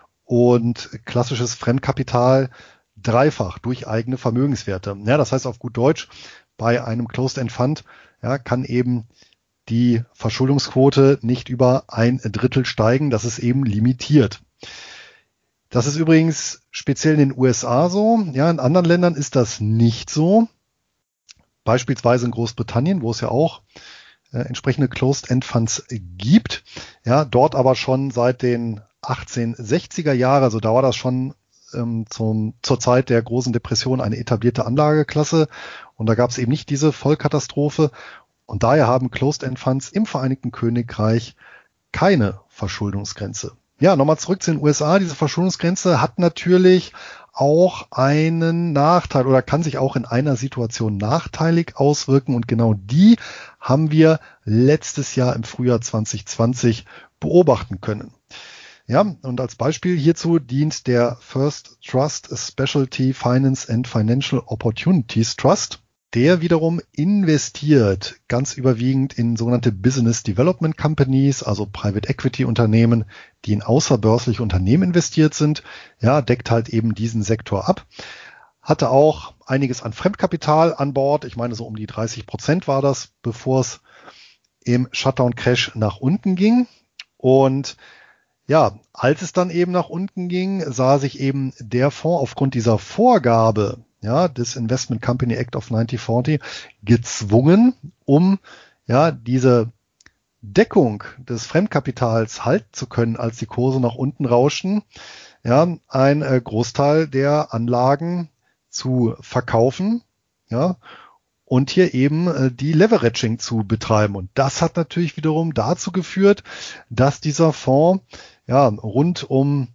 und klassisches Fremdkapital dreifach durch eigene Vermögenswerte. Ja, das heißt auf gut Deutsch, bei einem Closed-End Fund ja, kann eben die Verschuldungsquote nicht über ein Drittel steigen. Das ist eben limitiert. Das ist übrigens speziell in den U S A so. Ja, in anderen Ländern ist das nicht so. Beispielsweise in Großbritannien, wo es ja auch äh, entsprechende Closed-End-Funds gibt. Ja, dort aber schon seit den achtzehnhundertsechziger Jahren, also da war das schon ähm, zum, zur Zeit der großen Depression eine etablierte Anlageklasse. Und da gab es eben nicht diese Vollkatastrophe. Und daher haben Closed-End-Funds im Vereinigten Königreich keine Verschuldungsgrenze. Ja, nochmal zurück zu den U S A. Diese Verschuldungsgrenze hat natürlich auch einen Nachteil oder kann sich auch in einer Situation nachteilig auswirken. Und genau die haben wir letztes Jahr im Frühjahr zwanzig zwanzig beobachten können. Ja, und als Beispiel hierzu dient der First Trust Specialty Finance and Financial Opportunities Trust. Der wiederum investiert ganz überwiegend in sogenannte Business Development Companies, also Private Equity Unternehmen, die in außerbörsliche Unternehmen investiert sind. Ja, deckt halt eben diesen Sektor ab. Hatte auch einiges an Fremdkapital an Bord. Ich meine, so um die dreißig Prozent war das, bevor es im Shutdown-Crash nach unten ging. Und ja, als es dann eben nach unten ging, sah sich eben der Fonds aufgrund dieser Vorgabe, ja, des Investment Company Act of neunzehnhundertvierzig gezwungen, um ja diese Deckung des Fremdkapitals halten zu können, als die Kurse nach unten rauschten, ja, ein äh, Großteil der Anlagen zu verkaufen, ja, und hier eben äh, die Leveraging zu betreiben. Und das hat natürlich wiederum dazu geführt, dass dieser Fonds ja rund um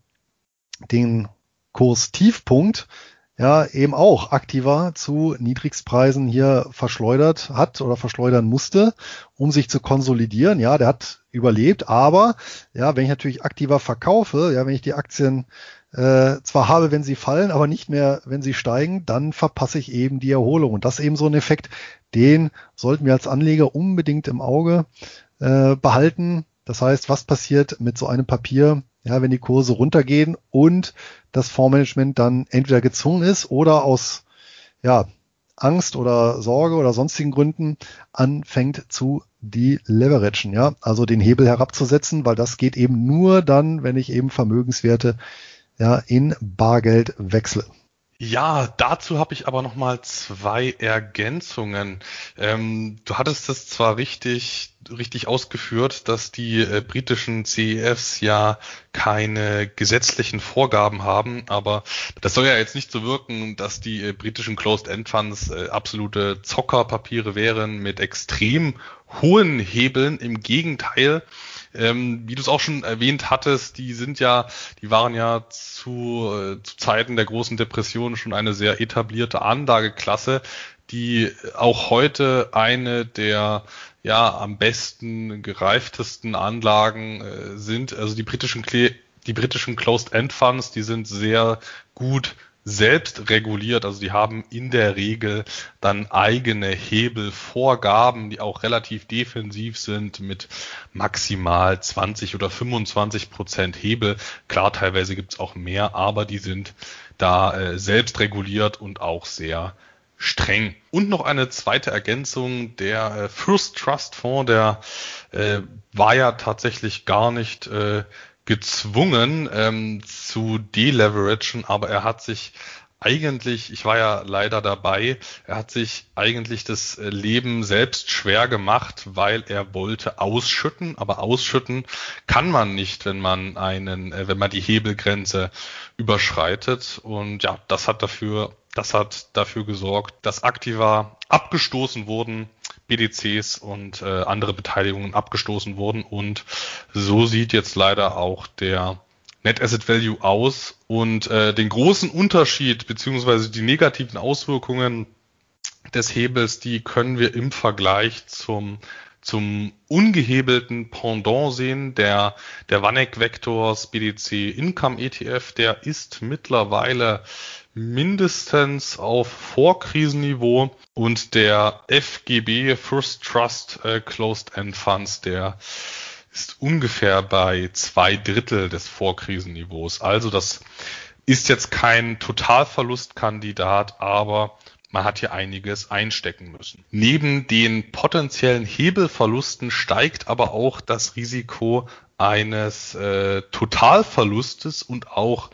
den Kurstiefpunkt ja eben auch aktiver zu Niedrigstpreisen hier verschleudert hat oder verschleudern musste, um sich zu konsolidieren. Ja, der hat überlebt, aber ja, wenn ich natürlich aktiver verkaufe, ja, wenn ich die Aktien äh, zwar habe, wenn sie fallen, aber nicht mehr, wenn sie steigen, dann verpasse ich eben die Erholung. Und das ist eben so ein Effekt, den sollten wir als Anleger unbedingt im Auge äh, behalten. Das heißt, was passiert mit so einem Papier, ja, wenn die Kurse runtergehen und das Fondsmanagement dann entweder gezwungen ist oder aus ja, Angst oder Sorge oder sonstigen Gründen anfängt zu deleveragen, ja, also den Hebel herabzusetzen, weil das geht eben nur dann, wenn ich eben Vermögenswerte ja in Bargeld wechsle. Ja, dazu habe ich aber nochmal zwei Ergänzungen. Ähm, du hattest das zwar richtig, richtig ausgeführt, dass die äh, britischen C E Fs ja keine gesetzlichen Vorgaben haben, aber das soll ja jetzt nicht so wirken, dass die äh, britischen Closed-End-Funds äh, absolute Zockerpapiere wären mit extrem hohen Hebeln. Im Gegenteil. Ähm, wie du es auch schon erwähnt hattest, die sind ja, die waren ja zu, äh, zu Zeiten der großen Depression schon eine sehr etablierte Anlageklasse, die auch heute eine der ja am besten gereiftesten Anlagen äh, sind. Also die britischen die britischen Closed-End Funds, die sind sehr gut selbst reguliert, also die haben in der Regel dann eigene Hebelvorgaben, die auch relativ defensiv sind mit maximal zwanzig oder fünfundzwanzig Prozent Hebel. Klar, teilweise gibt es auch mehr, aber die sind da äh, selbst reguliert und auch sehr streng. Und noch eine zweite Ergänzung, der äh, First Trust Fonds, der äh, war ja tatsächlich gar nicht äh, gezwungen ähm, zu deleveragen, aber er hat sich eigentlich, ich war ja leider dabei, er hat sich eigentlich das Leben selbst schwer gemacht, weil er wollte ausschütten, aber ausschütten kann man nicht, wenn man einen, äh, wenn man die Hebelgrenze überschreitet. Und ja, das hat dafür, das hat dafür gesorgt, dass Aktiva abgestoßen wurden, B D Cs und äh, andere Beteiligungen abgestoßen wurden, und so sieht jetzt leider auch der Net Asset Value aus und äh, den großen Unterschied beziehungsweise die negativen Auswirkungen des Hebels, die können wir im Vergleich zum zum ungehebelten Pendant sehen. Der der Vanek Vectors B D C Income E T F, der ist mittlerweile mindestens auf Vorkrisenniveau und der F G B First Trust äh, Closed End Funds, der ist ungefähr bei zwei Drittel des Vorkrisenniveaus. Also das ist jetzt kein Totalverlustkandidat, aber man hat hier einiges einstecken müssen. Neben den potenziellen Hebelverlusten steigt aber auch das Risiko eines äh, Totalverlustes und auch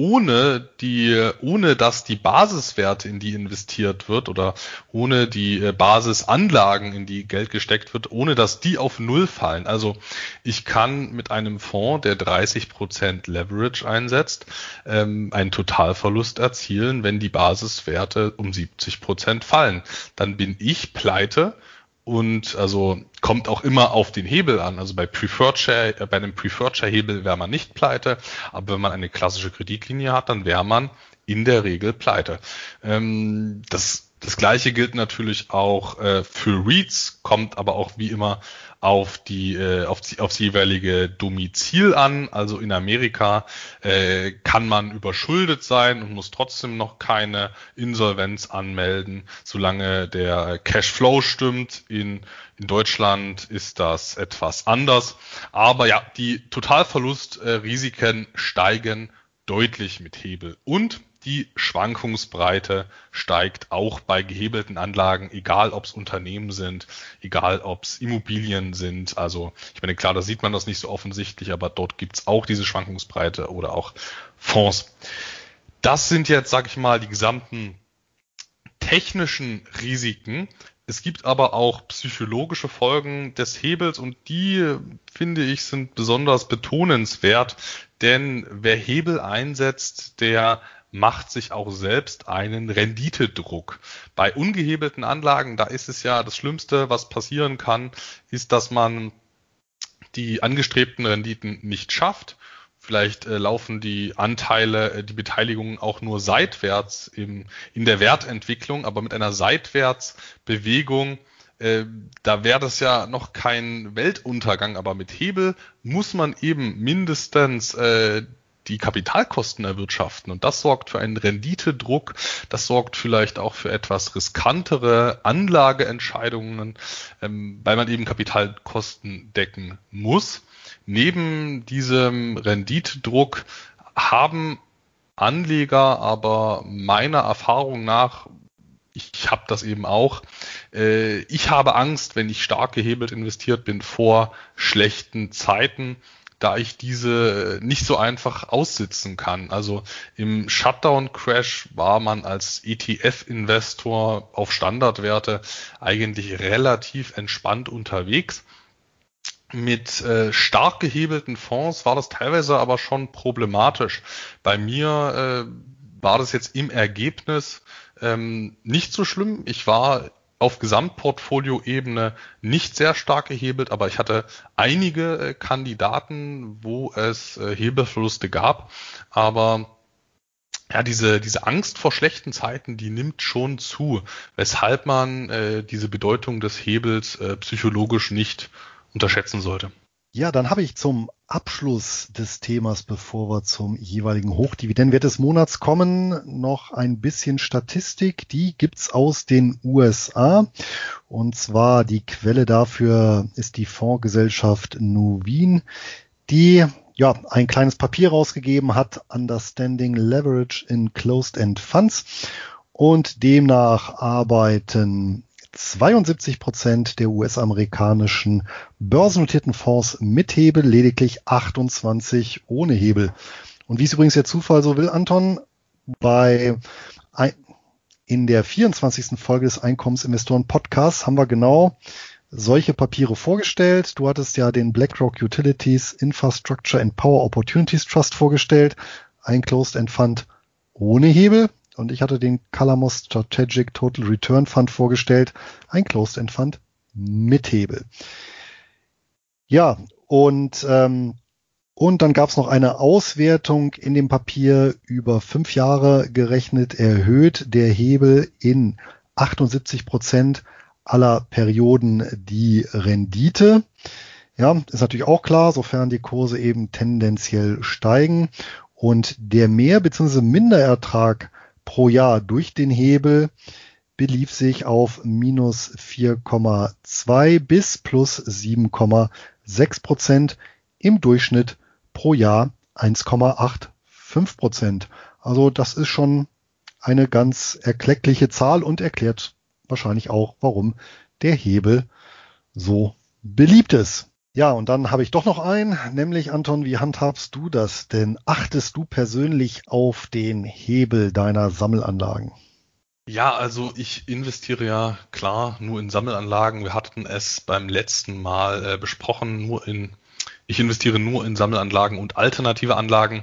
ohne die, ohne dass die Basiswerte, in die investiert wird oder ohne die äh, Basisanlagen, in die Geld gesteckt wird, ohne dass die auf Null fallen. Also ich kann mit einem Fonds, der dreißig Prozent Leverage einsetzt, ähm, einen Totalverlust erzielen, wenn die Basiswerte um siebzig Prozent fallen. Dann bin ich pleite. Und also kommt auch immer auf den Hebel an. Also bei Preferred Share, äh, bei einem Preferred Share Hebel wäre man nicht pleite, aber wenn man eine klassische Kreditlinie hat, dann wäre man in der Regel pleite. Ähm, das, das Gleiche gilt natürlich auch äh, für REITs, kommt aber auch wie immer auf die äh, auf die aufs jeweilige Domizil an. Also in Amerika äh, kann man überschuldet sein und muss trotzdem noch keine Insolvenz anmelden, solange der Cashflow stimmt. In in Deutschland ist das etwas anders. Aber ja, die Totalverlustrisiken steigen deutlich mit Hebel und die Schwankungsbreite steigt auch bei gehebelten Anlagen, egal ob es Unternehmen sind, egal ob es Immobilien sind. Also ich meine, klar, da sieht man das nicht so offensichtlich, aber dort gibt es auch diese Schwankungsbreite oder auch Fonds. Das sind jetzt, sag ich mal, die gesamten technischen Risiken. Es gibt aber auch psychologische Folgen des Hebels und die, finde ich, sind besonders betonenswert, denn wer Hebel einsetzt, der macht sich auch selbst einen Renditedruck. Bei ungehebelten Anlagen, da ist es ja das Schlimmste, was passieren kann, ist, dass man die angestrebten Renditen nicht schafft. Vielleicht äh, laufen die Anteile, äh, die Beteiligungen auch nur seitwärts im, in der Wertentwicklung, aber mit einer Seitwärtsbewegung, äh, da wäre das ja noch kein Weltuntergang, aber mit Hebel muss man eben mindestens äh, die Kapitalkosten erwirtschaften und das sorgt für einen Renditedruck, das sorgt vielleicht auch für etwas riskantere Anlageentscheidungen, ähm, weil man eben Kapitalkosten decken muss. Neben diesem Renditedruck haben Anleger aber meiner Erfahrung nach, ich, ich habe das eben auch, äh, ich habe Angst, wenn ich stark gehebelt investiert bin vor schlechten Zeiten, da ich diese nicht so einfach aussitzen kann. Also im Shutdown-Crash war man als E T F-Investor auf Standardwerte eigentlich relativ entspannt unterwegs. Mit äh, stark gehebelten Fonds war das teilweise aber schon problematisch. Bei mir äh, war das jetzt im Ergebnis ähm, nicht so schlimm. Ich war auf Gesamtportfolio-Ebene nicht sehr stark gehebelt, aber ich hatte einige äh, Kandidaten, wo es äh, Hebelverluste gab. Aber ja, diese diese Angst vor schlechten Zeiten, die nimmt schon zu, weshalb man äh, diese Bedeutung des Hebels äh, psychologisch nicht unterschätzen sollte. Ja, dann habe ich zum Abschluss des Themas, bevor wir zum jeweiligen Hochdividendenwert des Monats kommen, noch ein bisschen Statistik. Die gibt's aus den U S A. Und zwar die Quelle dafür ist die Fondsgesellschaft Nuveen, die ja ein kleines Papier rausgegeben hat, Understanding Leverage in Closed-End Funds. Und demnach arbeiten zweiundsiebzig Prozent der U S-amerikanischen börsennotierten Fonds mit Hebel, lediglich achtundzwanzig ohne Hebel. Und wie es übrigens der Zufall so will, Anton, bei ein, in der vierundzwanzigsten Folge des Einkommensinvestoren-Podcasts haben wir genau solche Papiere vorgestellt. Du hattest ja den BlackRock Utilities Infrastructure and Power Opportunities Trust vorgestellt, ein Closed-End Fund ohne Hebel. Und ich hatte den Calamos Strategic Total Return Fund vorgestellt, ein Closed-End Fund mit Hebel. Ja, und ähm, Und dann gab es noch eine Auswertung in dem Papier über fünf Jahre gerechnet, erhöht der Hebel in achtundsiebzig Prozent aller Perioden die Rendite. Ja, ist natürlich auch klar, sofern die Kurse eben tendenziell steigen. Und der Mehr- bzw. Minderertrag pro Jahr durch den Hebel belief sich auf minus vier Komma zwei bis plus sieben Komma sechs Prozent, im Durchschnitt pro Jahr eins Komma fünfundachtzig Prozent. Also das ist schon eine ganz erkleckliche Zahl und erklärt wahrscheinlich auch, warum der Hebel so beliebt ist. Ja, und dann habe ich doch noch einen, nämlich Anton, wie handhabst du das denn? Achtest du persönlich auf den Hebel deiner Sammelanlagen? Ja, also ich investiere ja klar nur in Sammelanlagen. Wir hatten es beim letzten Mal äh, besprochen, nur in, ich investiere nur in Sammelanlagen und alternative Anlagen.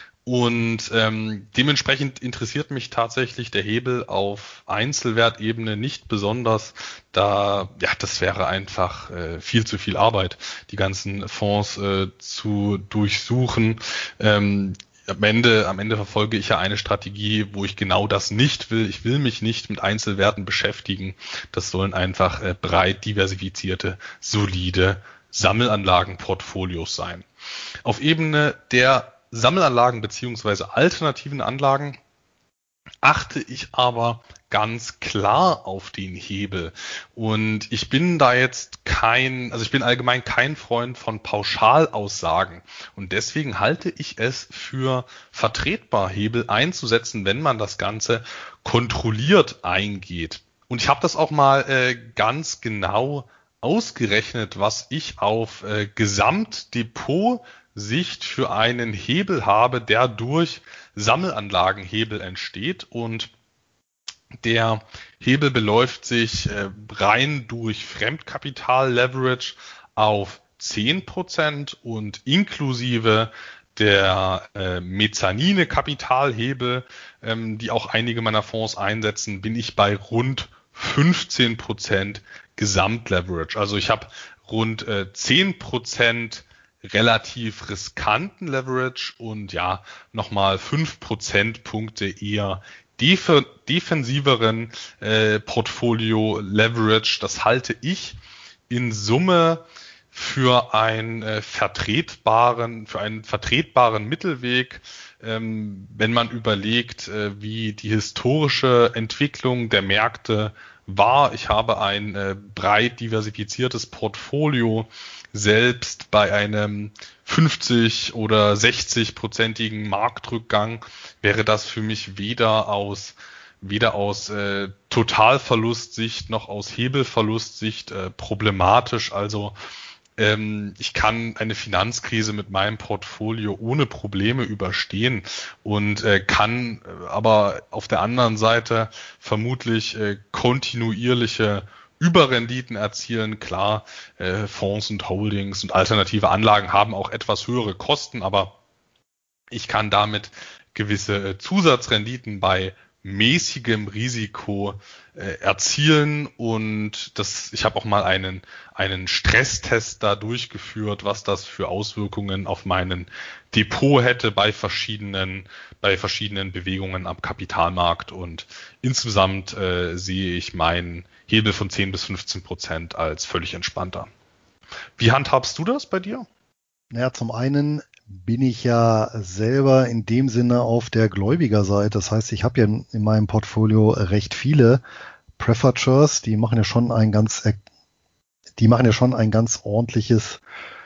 Und ähm, dementsprechend interessiert mich tatsächlich der Hebel auf Einzelwertebene nicht besonders, da ja das wäre einfach äh, viel zu viel Arbeit, die ganzen Fonds äh, zu durchsuchen. Ähm, am Ende, am Ende verfolge ich ja eine Strategie, wo ich genau das nicht will. Ich will mich nicht mit Einzelwerten beschäftigen. Das sollen einfach äh, breit diversifizierte, solide Sammelanlagenportfolios sein. Auf Ebene der Sammelanlagen beziehungsweise alternativen Anlagen achte ich aber ganz klar auf den Hebel. Und ich bin da jetzt kein, also ich bin allgemein kein Freund von Pauschalaussagen. Und deswegen halte ich es für vertretbar, Hebel einzusetzen, wenn man das Ganze kontrolliert eingeht. Und ich habe das auch mal äh, ganz genau ausgerechnet, was ich auf äh, Gesamtdepot Sicht für einen Hebel habe, der durch Sammelanlagenhebel entsteht, und der Hebel beläuft sich äh, rein durch Fremdkapital-Leverage auf zehn Prozent und inklusive der äh, Mezzanine-Kapitalhebel, ähm, die auch einige meiner Fonds einsetzen, bin ich bei rund fünfzehn Prozent Gesamtleverage. Also ich habe rund äh, zehn Prozent relativ riskanten Leverage und ja, nochmal fünf Prozentpunkte eher def- defensiveren äh, Portfolio-Leverage. Das halte ich in Summe für einen äh, vertretbaren, für einen vertretbaren Mittelweg, ähm, wenn man überlegt, äh, wie die historische Entwicklung der Märkte war. Ich habe ein äh, breit diversifiziertes Portfolio. Selbst bei einem fünfzig- oder sechzig-prozentigen Marktrückgang wäre das für mich weder aus weder aus äh, Totalverlustsicht noch aus Hebelverlustsicht äh, problematisch. Also ähm, ich kann eine Finanzkrise mit meinem Portfolio ohne Probleme überstehen und äh, kann äh, aber auf der anderen Seite vermutlich äh, kontinuierliche Überrenditen erzielen. Klar, äh, Fonds und Holdings und alternative Anlagen haben auch etwas höhere Kosten, aber ich kann damit gewisse äh, Zusatzrenditen bei mäßigem Risiko äh, erzielen, und das, ich habe auch mal einen einen Stresstest da durchgeführt, was das für Auswirkungen auf meinen Depot hätte bei verschiedenen bei verschiedenen Bewegungen am Kapitalmarkt, und insgesamt äh, sehe ich meinen Hebel von zehn bis fünfzehn Prozent als völlig entspannter. Wie handhabst du das bei dir? Naja, zum einen bin ich ja selber in dem Sinne auf der Gläubigerseite. Das heißt, ich habe ja in meinem Portfolio recht viele Preferred, die machen ja schon ein ganz, die machen ja schon ein ganz ordentliches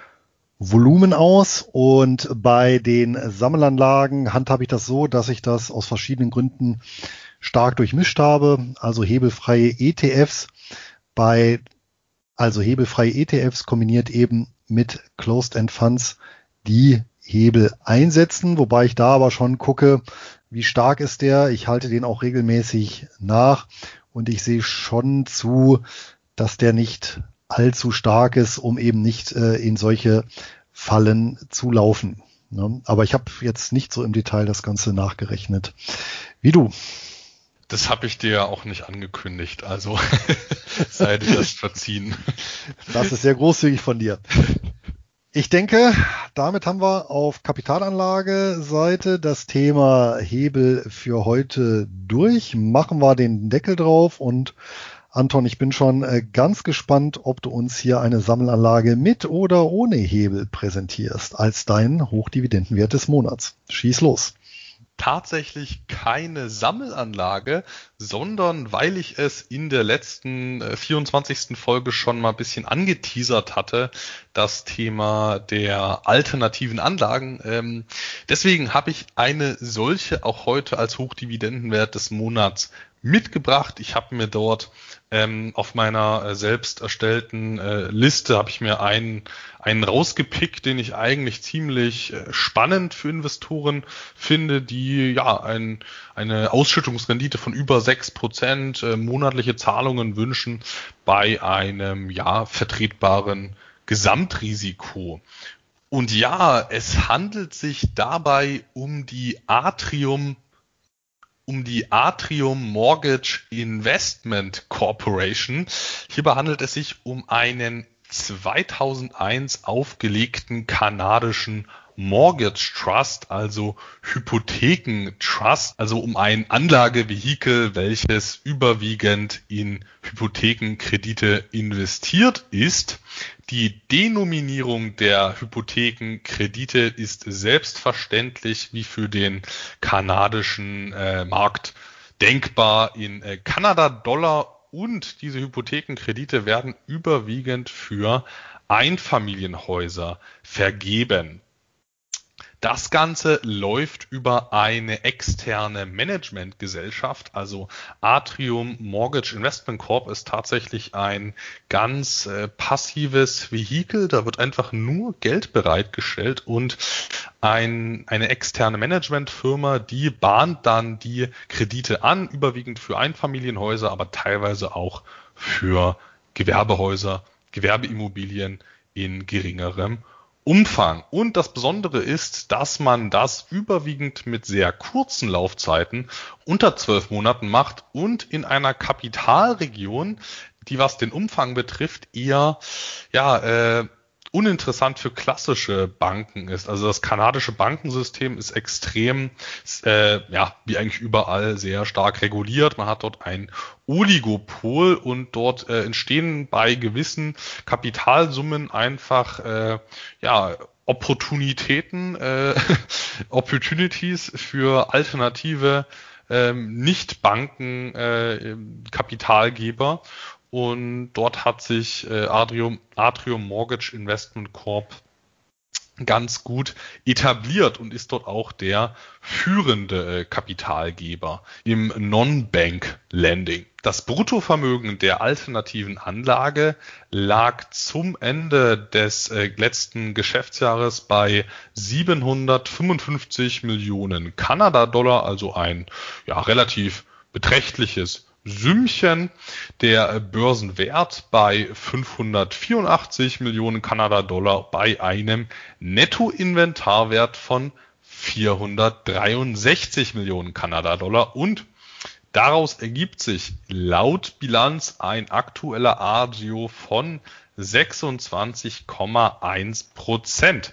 Volumen aus. Und bei den Sammelanlagen handhabe ich das so, dass ich das aus verschiedenen Gründen stark durchmischt habe. Also hebelfreie E T Fs bei, also hebelfreie E T Fs kombiniert eben mit Closed-End Funds, die Hebel einsetzen, wobei ich da aber schon gucke, wie stark ist der. Ich halte den auch regelmäßig nach und ich sehe schon zu, dass der nicht allzu stark ist, um eben nicht äh, in solche Fallen zu laufen. Ne? Aber ich habe jetzt nicht so im Detail das Ganze nachgerechnet. Wie du? Das habe ich dir ja auch nicht angekündigt, also sei dir das verziehen. Das ist sehr großzügig von dir. Ich denke, damit haben wir auf Kapitalanlage-Seite das Thema Hebel für heute durch. Machen wir den Deckel drauf und Anton, ich bin schon ganz gespannt, ob du uns hier eine Sammelanlage mit oder ohne Hebel präsentierst als deinen Hochdividendenwert des Monats. Schieß los. Tatsächlich keine Sammelanlage, sondern weil ich es in der letzten äh, vierundzwanzigsten Folge schon mal ein bisschen angeteasert hatte, das Thema der alternativen Anlagen. Ähm, deswegen habe ich eine solche auch heute als Hochdividendenwert des Monats mitgebracht. Ich habe mir dort ähm, auf meiner äh, selbst erstellten äh, Liste habe ich mir einen einen rausgepickt, den ich eigentlich ziemlich äh, spannend für Investoren finde, die ja ein, eine Ausschüttungsrendite von über sechs Prozent äh, monatliche Zahlungen wünschen bei einem ja vertretbaren Gesamtrisiko. Und ja, es handelt sich dabei um die Atrium um die Atrium Mortgage Investment Corporation. Hierbei handelt es sich um einen zweitausendeins aufgelegten kanadischen Mortgage Trust, also Hypotheken-Trust, also um ein Anlagevehikel, welches überwiegend in Hypothekenkredite investiert ist. Die Denominierung der Hypothekenkredite ist selbstverständlich wie für den kanadischen äh, Markt denkbar in äh, Kanada-Dollar, und diese Hypothekenkredite werden überwiegend für Einfamilienhäuser vergeben. Das Ganze läuft über eine externe Managementgesellschaft, also Atrium Mortgage Investment Corp ist tatsächlich ein ganz äh, passives Vehikel. Da wird einfach nur Geld bereitgestellt und ein, eine externe Managementfirma, die bahnt dann die Kredite an, überwiegend für Einfamilienhäuser, aber teilweise auch für Gewerbehäuser, Gewerbeimmobilien in geringerem Umfang. Und das Besondere ist, dass man das überwiegend mit sehr kurzen Laufzeiten unter zwölf Monaten macht und in einer Kapitalregion, die was den Umfang betrifft, eher ja äh, uninteressant für klassische Banken ist. Also das kanadische Bankensystem ist extrem, äh, ja, wie eigentlich überall sehr stark reguliert. Man hat dort ein Oligopol und dort äh, entstehen bei gewissen Kapitalsummen einfach, äh, ja, Opportunitäten, äh, Opportunities für alternative ähm, Nicht-Banken äh, Kapitalgeber. Und dort hat sich äh, Atrium, Atrium Mortgage Investment Corp ganz gut etabliert und ist dort auch der führende äh, Kapitalgeber im Non-Bank-Lending. Das Bruttovermögen der alternativen Anlage lag zum Ende des äh, letzten Geschäftsjahres bei siebenhundertfünfundfünfzig Millionen Kanada-Dollar, also ein ja relativ beträchtliches Sümmchen. Der Börsenwert bei fünfhundertvierundachtzig Millionen Kanada-Dollar bei einem Nettoinventarwert von vierhundertdreiundsechzig Millionen Kanada-Dollar und daraus ergibt sich laut Bilanz ein aktueller Agio von sechsundzwanzig Komma eins Prozent.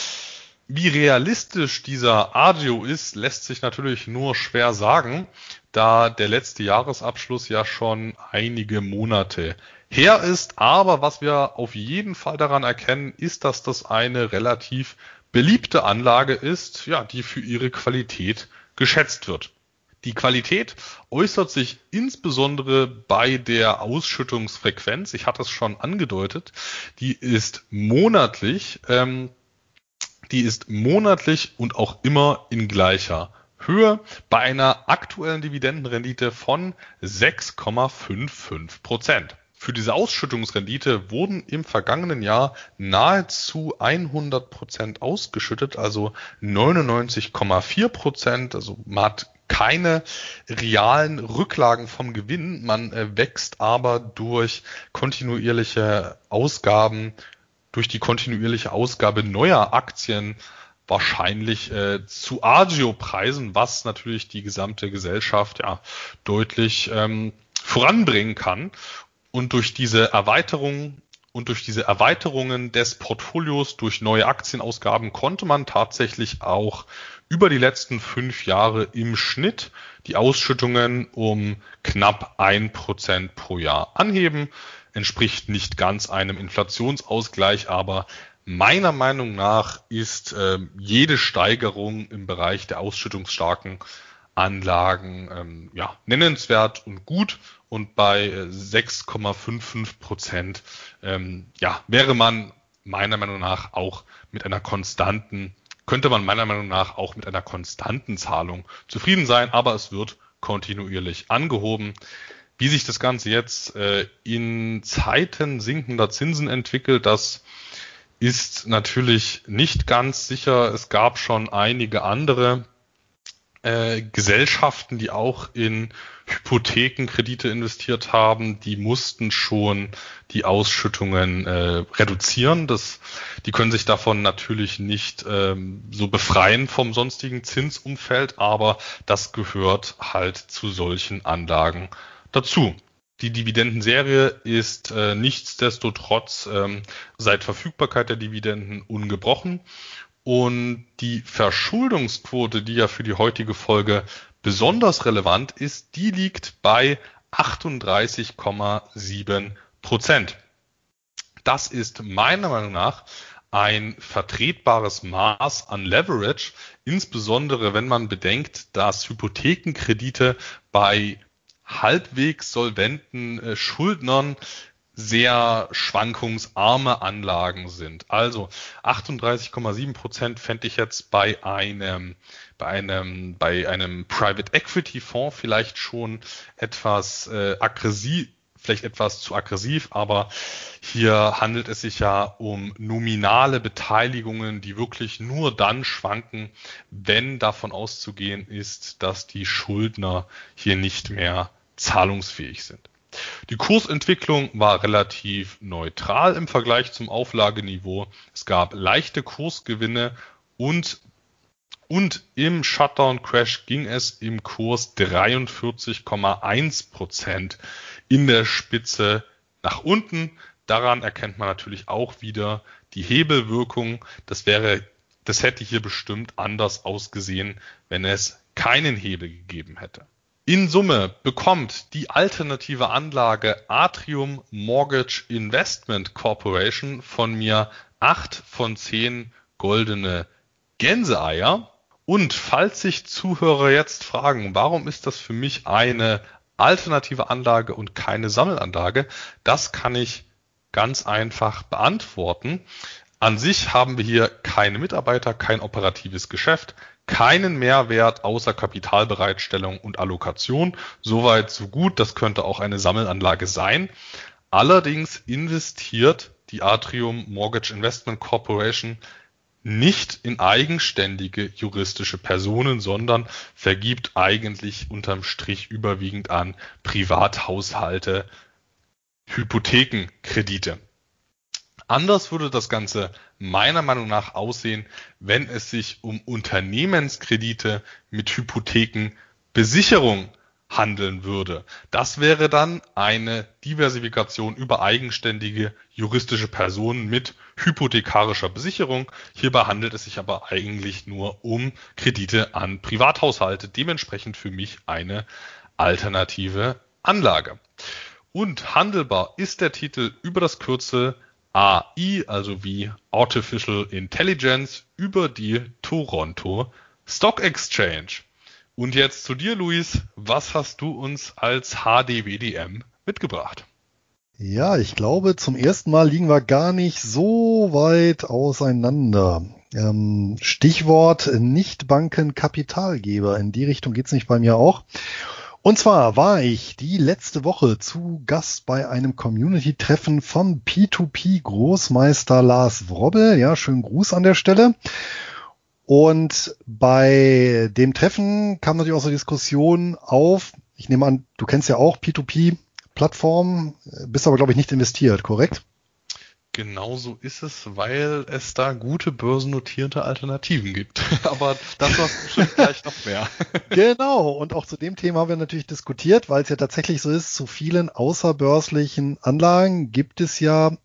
Wie realistisch dieser Agio ist, lässt sich natürlich nur schwer sagen, da der letzte Jahresabschluss ja schon einige Monate her ist. Aber was wir auf jeden Fall daran erkennen, ist, dass das eine relativ beliebte Anlage ist, ja, die für ihre Qualität geschätzt wird. Die Qualität äußert sich insbesondere bei der Ausschüttungsfrequenz. Ich hatte es schon angedeutet. Die ist monatlich, ähm, die ist monatlich und auch immer in gleicher Höhe bei einer aktuellen Dividendenrendite von sechs Komma fünfundfünfzig Prozent. Für diese Ausschüttungsrendite wurden im vergangenen Jahr nahezu hundert Prozent ausgeschüttet, also neunundneunzig Komma vier Prozent. Also man hat keine realen Rücklagen vom Gewinn, man äh, wächst aber durch kontinuierliche Ausgaben, durch die kontinuierliche Ausgabe neuer Aktien wahrscheinlich äh, zu Agio-Preisen, was natürlich die gesamte Gesellschaft ja deutlich ähm, voranbringen kann. Und durch diese Erweiterung Und durch diese Erweiterungen des Portfolios, durch neue Aktienausgaben konnte man tatsächlich auch über die letzten fünf Jahre im Schnitt die Ausschüttungen um knapp ein Prozent pro Jahr anheben. Entspricht nicht ganz einem Inflationsausgleich, aber meiner Meinung nach ist äh, jede Steigerung im Bereich der ausschüttungsstarken Anlagen ähm, ja, nennenswert und gut. Und bei äh, sechs Komma fünfundfünfzig Prozent ähm, ja, wäre man meiner Meinung nach auch mit einer konstanten, könnte man meiner Meinung nach auch mit einer konstanten Zahlung zufrieden sein, aber es wird kontinuierlich angehoben. Wie sich das Ganze jetzt äh, in Zeiten sinkender Zinsen entwickelt, das ist natürlich nicht ganz sicher. Es gab schon einige andere äh, Gesellschaften, die auch in Hypothekenkredite investiert haben, die mussten schon die Ausschüttungen äh, reduzieren. Das, die können sich davon natürlich nicht ähm, so befreien vom sonstigen Zinsumfeld, aber das gehört halt zu solchen Anlagen dazu. Die Dividendenserie ist äh, nichtsdestotrotz ähm, seit Verfügbarkeit der Dividenden ungebrochen. Und die Verschuldungsquote, die ja für die heutige Folge besonders relevant ist, die liegt bei achtunddreißig Komma sieben Prozent. Das ist meiner Meinung nach ein vertretbares Maß an Leverage, insbesondere wenn man bedenkt, dass Hypothekenkredite bei halbwegs solventen äh, Schuldnern sehr schwankungsarme Anlagen sind. Also achtunddreißig Komma sieben Prozent fände ich jetzt bei einem, bei einem, bei einem Private Equity Fonds vielleicht schon etwas äh, aggressiv, vielleicht etwas zu aggressiv, aber hier handelt es sich ja um nominale Beteiligungen, die wirklich nur dann schwanken, wenn davon auszugehen ist, dass die Schuldner hier nicht mehr zahlungsfähig sind. Die Kursentwicklung war relativ neutral im Vergleich zum Auflageniveau. Es gab leichte Kursgewinne und, und im Shutdown-Crash ging es im Kurs dreiundvierzig Komma eins Prozent in der Spitze nach unten. Daran erkennt man natürlich auch wieder die Hebelwirkung. Das wäre, das hätte hier bestimmt anders ausgesehen, wenn es keinen Hebel gegeben hätte. In Summe bekommt die alternative Anlage Atrium Mortgage Investment Corporation von mir acht von zehn goldene Gänseeier. Und falls sich Zuhörer jetzt fragen, warum ist das für mich eine alternative Anlage und keine Sammelanlage, das kann ich ganz einfach beantworten. An sich haben wir hier keine Mitarbeiter, kein operatives Geschäft, keinen Mehrwert außer Kapitalbereitstellung und Allokation. Soweit, so gut. Das könnte auch eine Sammelanlage sein. Allerdings investiert die Atrium Mortgage Investment Corporation nicht in eigenständige juristische Personen, sondern vergibt eigentlich unterm Strich überwiegend an Privathaushalte Hypothekenkredite. Anders würde das Ganze meiner Meinung nach aussehen, wenn es sich um Unternehmenskredite mit Hypothekenbesicherung handeln würde. Das wäre dann eine Diversifikation über eigenständige juristische Personen mit hypothekarischer Besicherung. Hierbei handelt es sich aber eigentlich nur um Kredite an Privathaushalte, dementsprechend für mich eine alternative Anlage. Und handelbar ist der Titel über das Kürzel A I, also wie Artificial Intelligence, über die Toronto Stock Exchange. Und jetzt zu dir, Luis. Was hast du uns als H D W D M mitgebracht? Ja, ich glaube, zum ersten Mal liegen wir gar nicht so weit auseinander. Ähm, Stichwort Nichtbanken-Kapitalgeber. In die Richtung geht's nicht bei mir auch. Und zwar war ich die letzte Woche zu Gast bei einem Community-Treffen vom P zwei P-Großmeister Lars Wrobbel. Ja, schönen Gruß an der Stelle. Und bei dem Treffen kam natürlich auch so Diskussion auf. Ich nehme an, du kennst ja auch P zwei P-Plattformen, bist aber, glaube ich, nicht investiert, korrekt? Genauso ist es, weil es da gute börsennotierte Alternativen gibt. Aber das war bestimmt gleich noch mehr. Genau, und auch zu dem Thema haben wir natürlich diskutiert, weil es ja tatsächlich so ist, zu vielen außerbörslichen Anlagen gibt es ja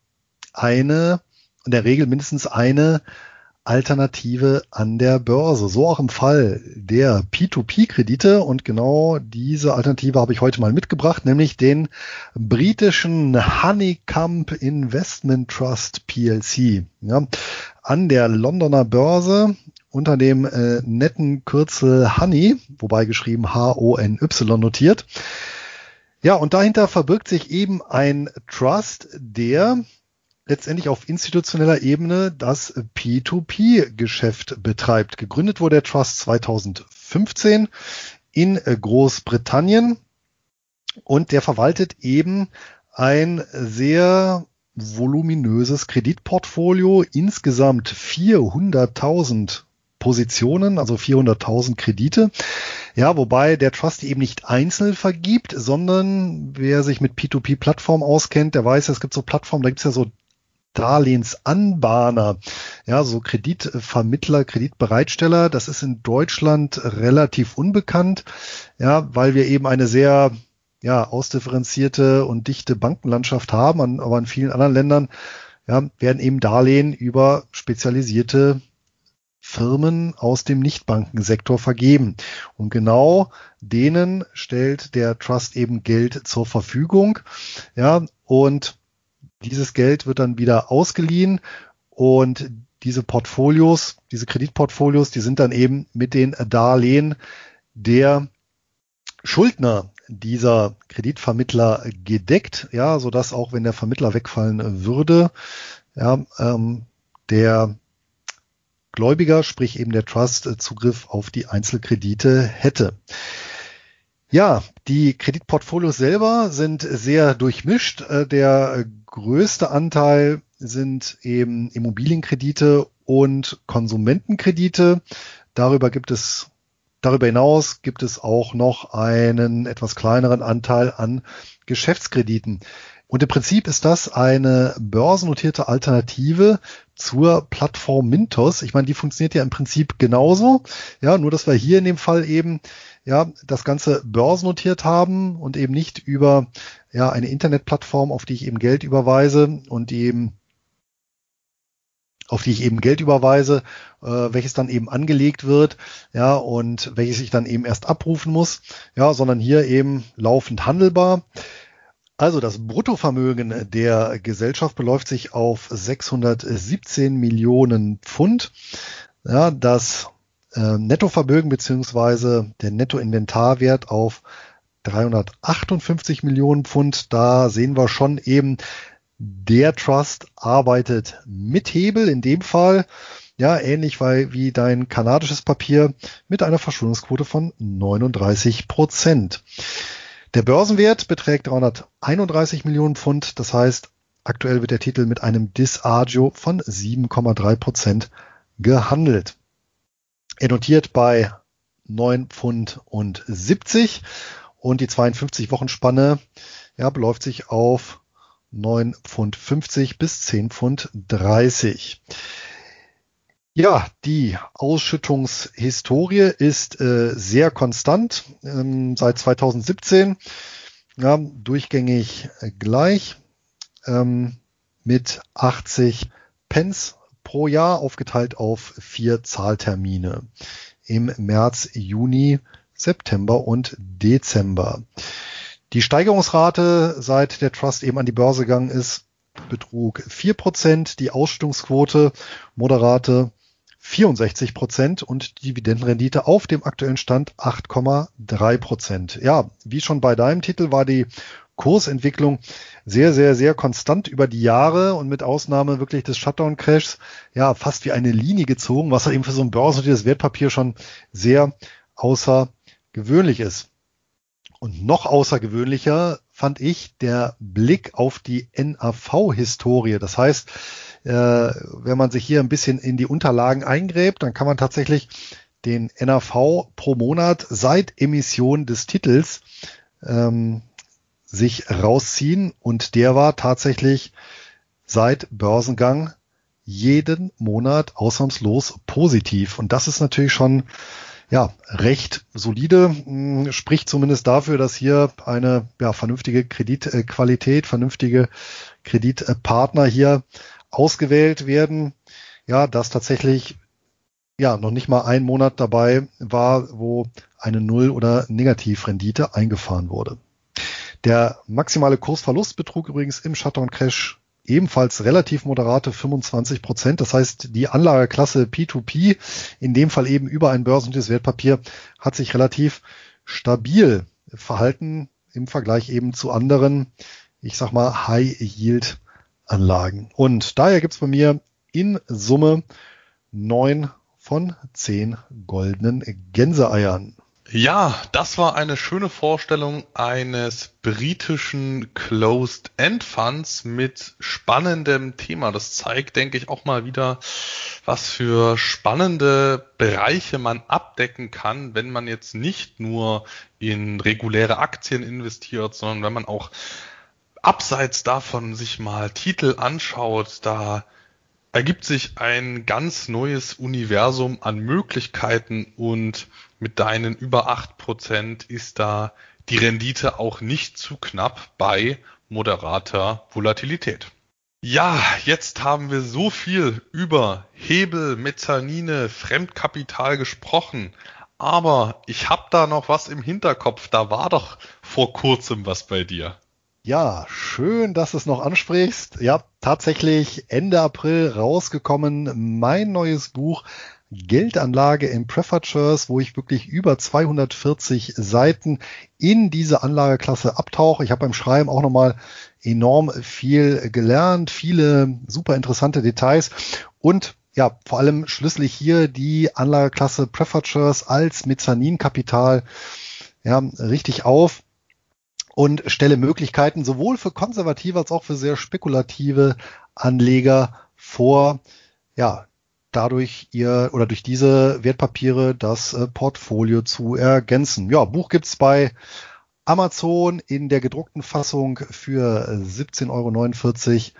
eine, in der Regel mindestens eine Alternative an der Börse. So auch im Fall der P zwei P-Kredite. Und genau diese Alternative habe ich heute mal mitgebracht, nämlich den britischen Honeycomb Investment Trust P L C. Ja, an der Londoner Börse unter dem äh, netten Kürzel Honey, wobei geschrieben H O N Y notiert. Ja, und dahinter verbirgt sich eben ein Trust, der letztendlich auf institutioneller Ebene das P zwei P-Geschäft betreibt. Gegründet wurde der Trust zweitausendfünfzehn in Großbritannien und der verwaltet eben ein sehr voluminöses Kreditportfolio, insgesamt vierhunderttausend Positionen, also vierhunderttausend Kredite. Ja, wobei der Trust die eben nicht einzeln vergibt, sondern wer sich mit P zwei P-Plattformen auskennt, der weiß, es gibt so Plattformen, da gibt es ja so Darlehensanbahner, ja, so Kreditvermittler, Kreditbereitsteller. Das ist in Deutschland relativ unbekannt, ja, weil wir eben eine sehr ja ausdifferenzierte und dichte Bankenlandschaft haben, aber in vielen anderen Ländern ja, werden eben Darlehen über spezialisierte Firmen aus dem Nichtbankensektor vergeben. Und genau denen stellt der Trust eben Geld zur Verfügung, ja, und dieses Geld wird dann wieder ausgeliehen und diese Portfolios, diese Kreditportfolios, die sind dann eben mit den Darlehen der Schuldner dieser Kreditvermittler gedeckt, ja, sodass auch wenn der Vermittler wegfallen würde, ja, ähm, der Gläubiger, sprich eben der Trust, Zugriff auf die Einzelkredite hätte. Ja, die Kreditportfolios selber sind sehr durchmischt. Der größte Anteil sind eben Immobilienkredite und Konsumentenkredite. Darüber gibt es, darüber hinaus gibt es auch noch einen etwas kleineren Anteil an Geschäftskrediten. Und im Prinzip ist das eine börsennotierte Alternative zur Plattform Mintos. Ich meine, die funktioniert ja im Prinzip genauso. Ja, nur dass wir hier in dem Fall eben ja das Ganze börsennotiert haben und eben nicht über ja eine Internetplattform, auf die ich eben Geld überweise und die eben auf die ich eben Geld überweise, äh, welches dann eben angelegt wird, ja, und welches ich dann eben erst abrufen muss, ja, sondern hier eben laufend handelbar. Also das Bruttovermögen der Gesellschaft beläuft sich auf sechshundertsiebzehn Millionen Pfund. Ja, das äh, Nettovermögen beziehungsweise der Nettoinventarwert auf dreihundertachtundfünfzig Millionen Pfund. Da sehen wir schon eben, der Trust arbeitet mit Hebel, in dem Fall ja ähnlich wie dein kanadisches Papier mit einer Verschuldungsquote von neununddreißig Prozent. Der Börsenwert beträgt dreihunderteinunddreißig Millionen Pfund. Das heißt, aktuell wird der Titel mit einem Disagio von sieben Komma drei Prozent gehandelt. Er notiert bei neun Pfund und siebzig und die zweiundfünfzig Wochen-Spanne ja, beläuft sich auf neun Pfund fünfzig bis zehn Pfund dreißig. Ja, die Ausschüttungshistorie ist äh, sehr konstant, ähm, seit zweitausendsiebzehn, ja, durchgängig äh, gleich, ähm, mit achtzig Pence pro Jahr aufgeteilt auf vier Zahltermine im März, Juni, September und Dezember. Die Steigerungsrate, seit der Trust eben an die Börse gegangen ist, betrug vier Prozent, die Ausschüttungsquote moderate vierundsechzig Prozent und die Dividendenrendite auf dem aktuellen Stand acht Komma drei Prozent. Ja, wie schon bei deinem Titel war die Kursentwicklung sehr, sehr, sehr konstant über die Jahre und mit Ausnahme wirklich des Shutdown-Crashs ja fast wie eine Linie gezogen, was halt eben für so ein börsennotiertes Wertpapier schon sehr außergewöhnlich ist. Und noch außergewöhnlicher fand ich der Blick auf die N A V-Historie. Das heißt, äh, wenn man sich hier ein bisschen in die Unterlagen eingräbt, dann kann man tatsächlich den N A V pro Monat seit Emission des Titels ähm, sich rausziehen. Und der war tatsächlich seit Börsengang jeden Monat ausnahmslos positiv. Und das ist natürlich schon ja, recht solide, mh, spricht zumindest dafür, dass hier eine ja, vernünftige Kreditqualität, vernünftige Kreditpartner hier ausgewählt werden. Ja, dass tatsächlich ja noch nicht mal ein Monat dabei war, wo eine Null- oder Negativrendite eingefahren wurde. Der maximale Kursverlust betrug übrigens im Shutdown-Crash ebenfalls relativ moderate fünfundzwanzig Prozent. Das heißt, die Anlageklasse P zwei P, in dem Fall eben über ein börsennotiertes Wertpapier, hat sich relativ stabil verhalten im Vergleich eben zu anderen, ich sag mal, High-Yield-Anlagen. Und daher gibt's bei mir in Summe neun von zehn goldenen Gänseeiern. Ja, das war eine schöne Vorstellung eines britischen Closed-End-Funds mit spannendem Thema. Das zeigt, denke ich, auch mal wieder, was für spannende Bereiche man abdecken kann, wenn man jetzt nicht nur in reguläre Aktien investiert, sondern wenn man auch abseits davon sich mal Titel anschaut. Da ergibt sich ein ganz neues Universum an Möglichkeiten und mit deinen über acht Prozent ist da die Rendite auch nicht zu knapp bei moderater Volatilität. Ja, jetzt haben wir so viel über Hebel, Mezzanine, Fremdkapital gesprochen, aber ich habe da noch was im Hinterkopf. Da war doch vor kurzem was bei dir. Ja, schön, dass du es noch ansprichst. Ja, tatsächlich Ende April rausgekommen, mein neues Buch Geldanlage in Preferred Shares, wo ich wirklich über zweihundertvierzig Seiten in diese Anlageklasse abtauche. Ich habe beim Schreiben auch nochmal enorm viel gelernt, viele super interessante Details und ja, vor allem schlüssel ich hier die Anlageklasse Preferred Shares als Mezzaninkapital ja, richtig auf und stelle Möglichkeiten sowohl für konservative als auch für sehr spekulative Anleger vor, ja, dadurch ihr oder durch diese Wertpapiere das äh, Portfolio zu ergänzen. Ja, Buch gibt's bei Amazon in der gedruckten Fassung für siebzehn Euro neunundvierzig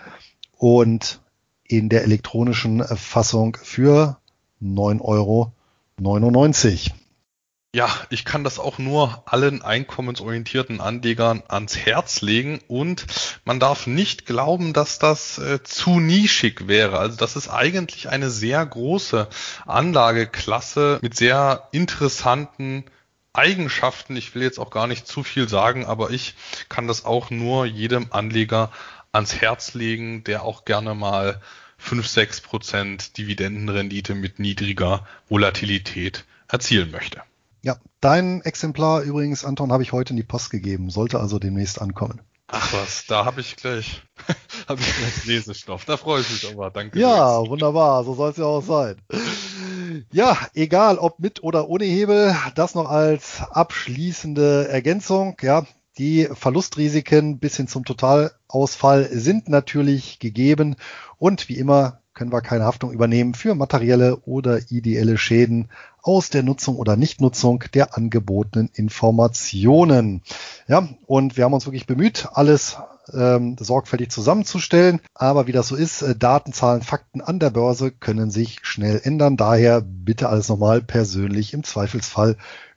und in der elektronischen Fassung für neun Euro neunundneunzig. Ja, ich kann das auch nur allen einkommensorientierten Anlegern ans Herz legen und man darf nicht glauben, dass das äh, zu nischig wäre. Also das ist eigentlich eine sehr große Anlageklasse mit sehr interessanten Eigenschaften. Ich will jetzt auch gar nicht zu viel sagen, aber ich kann das auch nur jedem Anleger ans Herz legen, der auch gerne mal fünf, sechs Prozent Dividendenrendite mit niedriger Volatilität erzielen möchte. Ja, dein Exemplar übrigens, Anton, habe ich heute in die Post gegeben, sollte also demnächst ankommen. Ach was, da habe ich gleich, habe ich gleich Lesestoff. Da freue ich mich aber, danke. Ja, wunderbar, so soll es ja auch sein. Ja, egal ob mit oder ohne Hebel, das noch als abschließende Ergänzung. Ja, die Verlustrisiken bis hin zum Totalausfall sind natürlich gegeben und wie immer können wir keine Haftung übernehmen für materielle oder ideelle Schäden aus der Nutzung oder Nichtnutzung der angebotenen Informationen. Ja, und wir haben uns wirklich bemüht, alles ähm, sorgfältig zusammenzustellen. Aber wie das so ist, äh, Daten, Zahlen, Fakten an der Börse können sich schnell ändern. Daher bitte alles nochmal persönlich im Zweifelsfall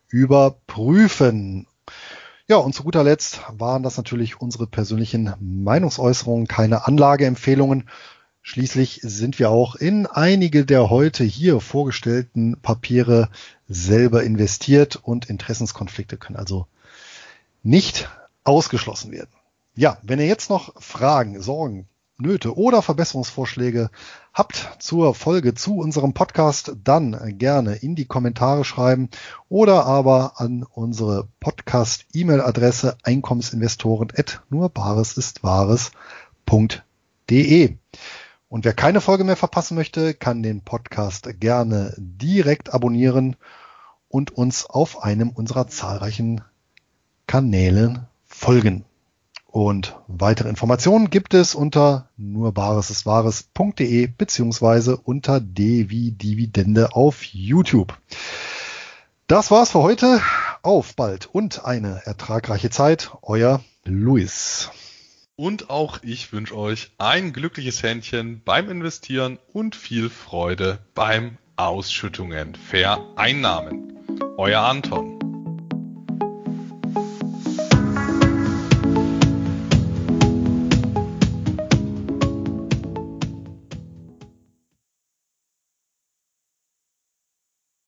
überprüfen. Ja, und zu guter Letzt waren das natürlich unsere persönlichen Meinungsäußerungen, keine Anlageempfehlungen. Schließlich sind wir auch in einige der heute hier vorgestellten Papiere selber investiert und Interessenskonflikte können also nicht ausgeschlossen werden. Ja, wenn ihr jetzt noch Fragen, Sorgen, Nöte oder Verbesserungsvorschläge habt zur Folge zu unserem Podcast, dann gerne in die Kommentare schreiben oder aber an unsere Podcast-E-Mail-Adresse einkommensinvestoren at nurbaresistwahres punkt de. Und wer keine Folge mehr verpassen möchte, kann den Podcast gerne direkt abonnieren und uns auf einem unserer zahlreichen Kanälen folgen. Und weitere Informationen gibt es unter nurbaresistwahres punkt de beziehungsweise unter D wie Dividende auf YouTube. Das war's für heute. Auf bald und eine ertragreiche Zeit. Euer Luis. Und auch ich wünsche euch ein glückliches Händchen beim Investieren und viel Freude beim Ausschüttungen vereinnahmen. Euer Anton.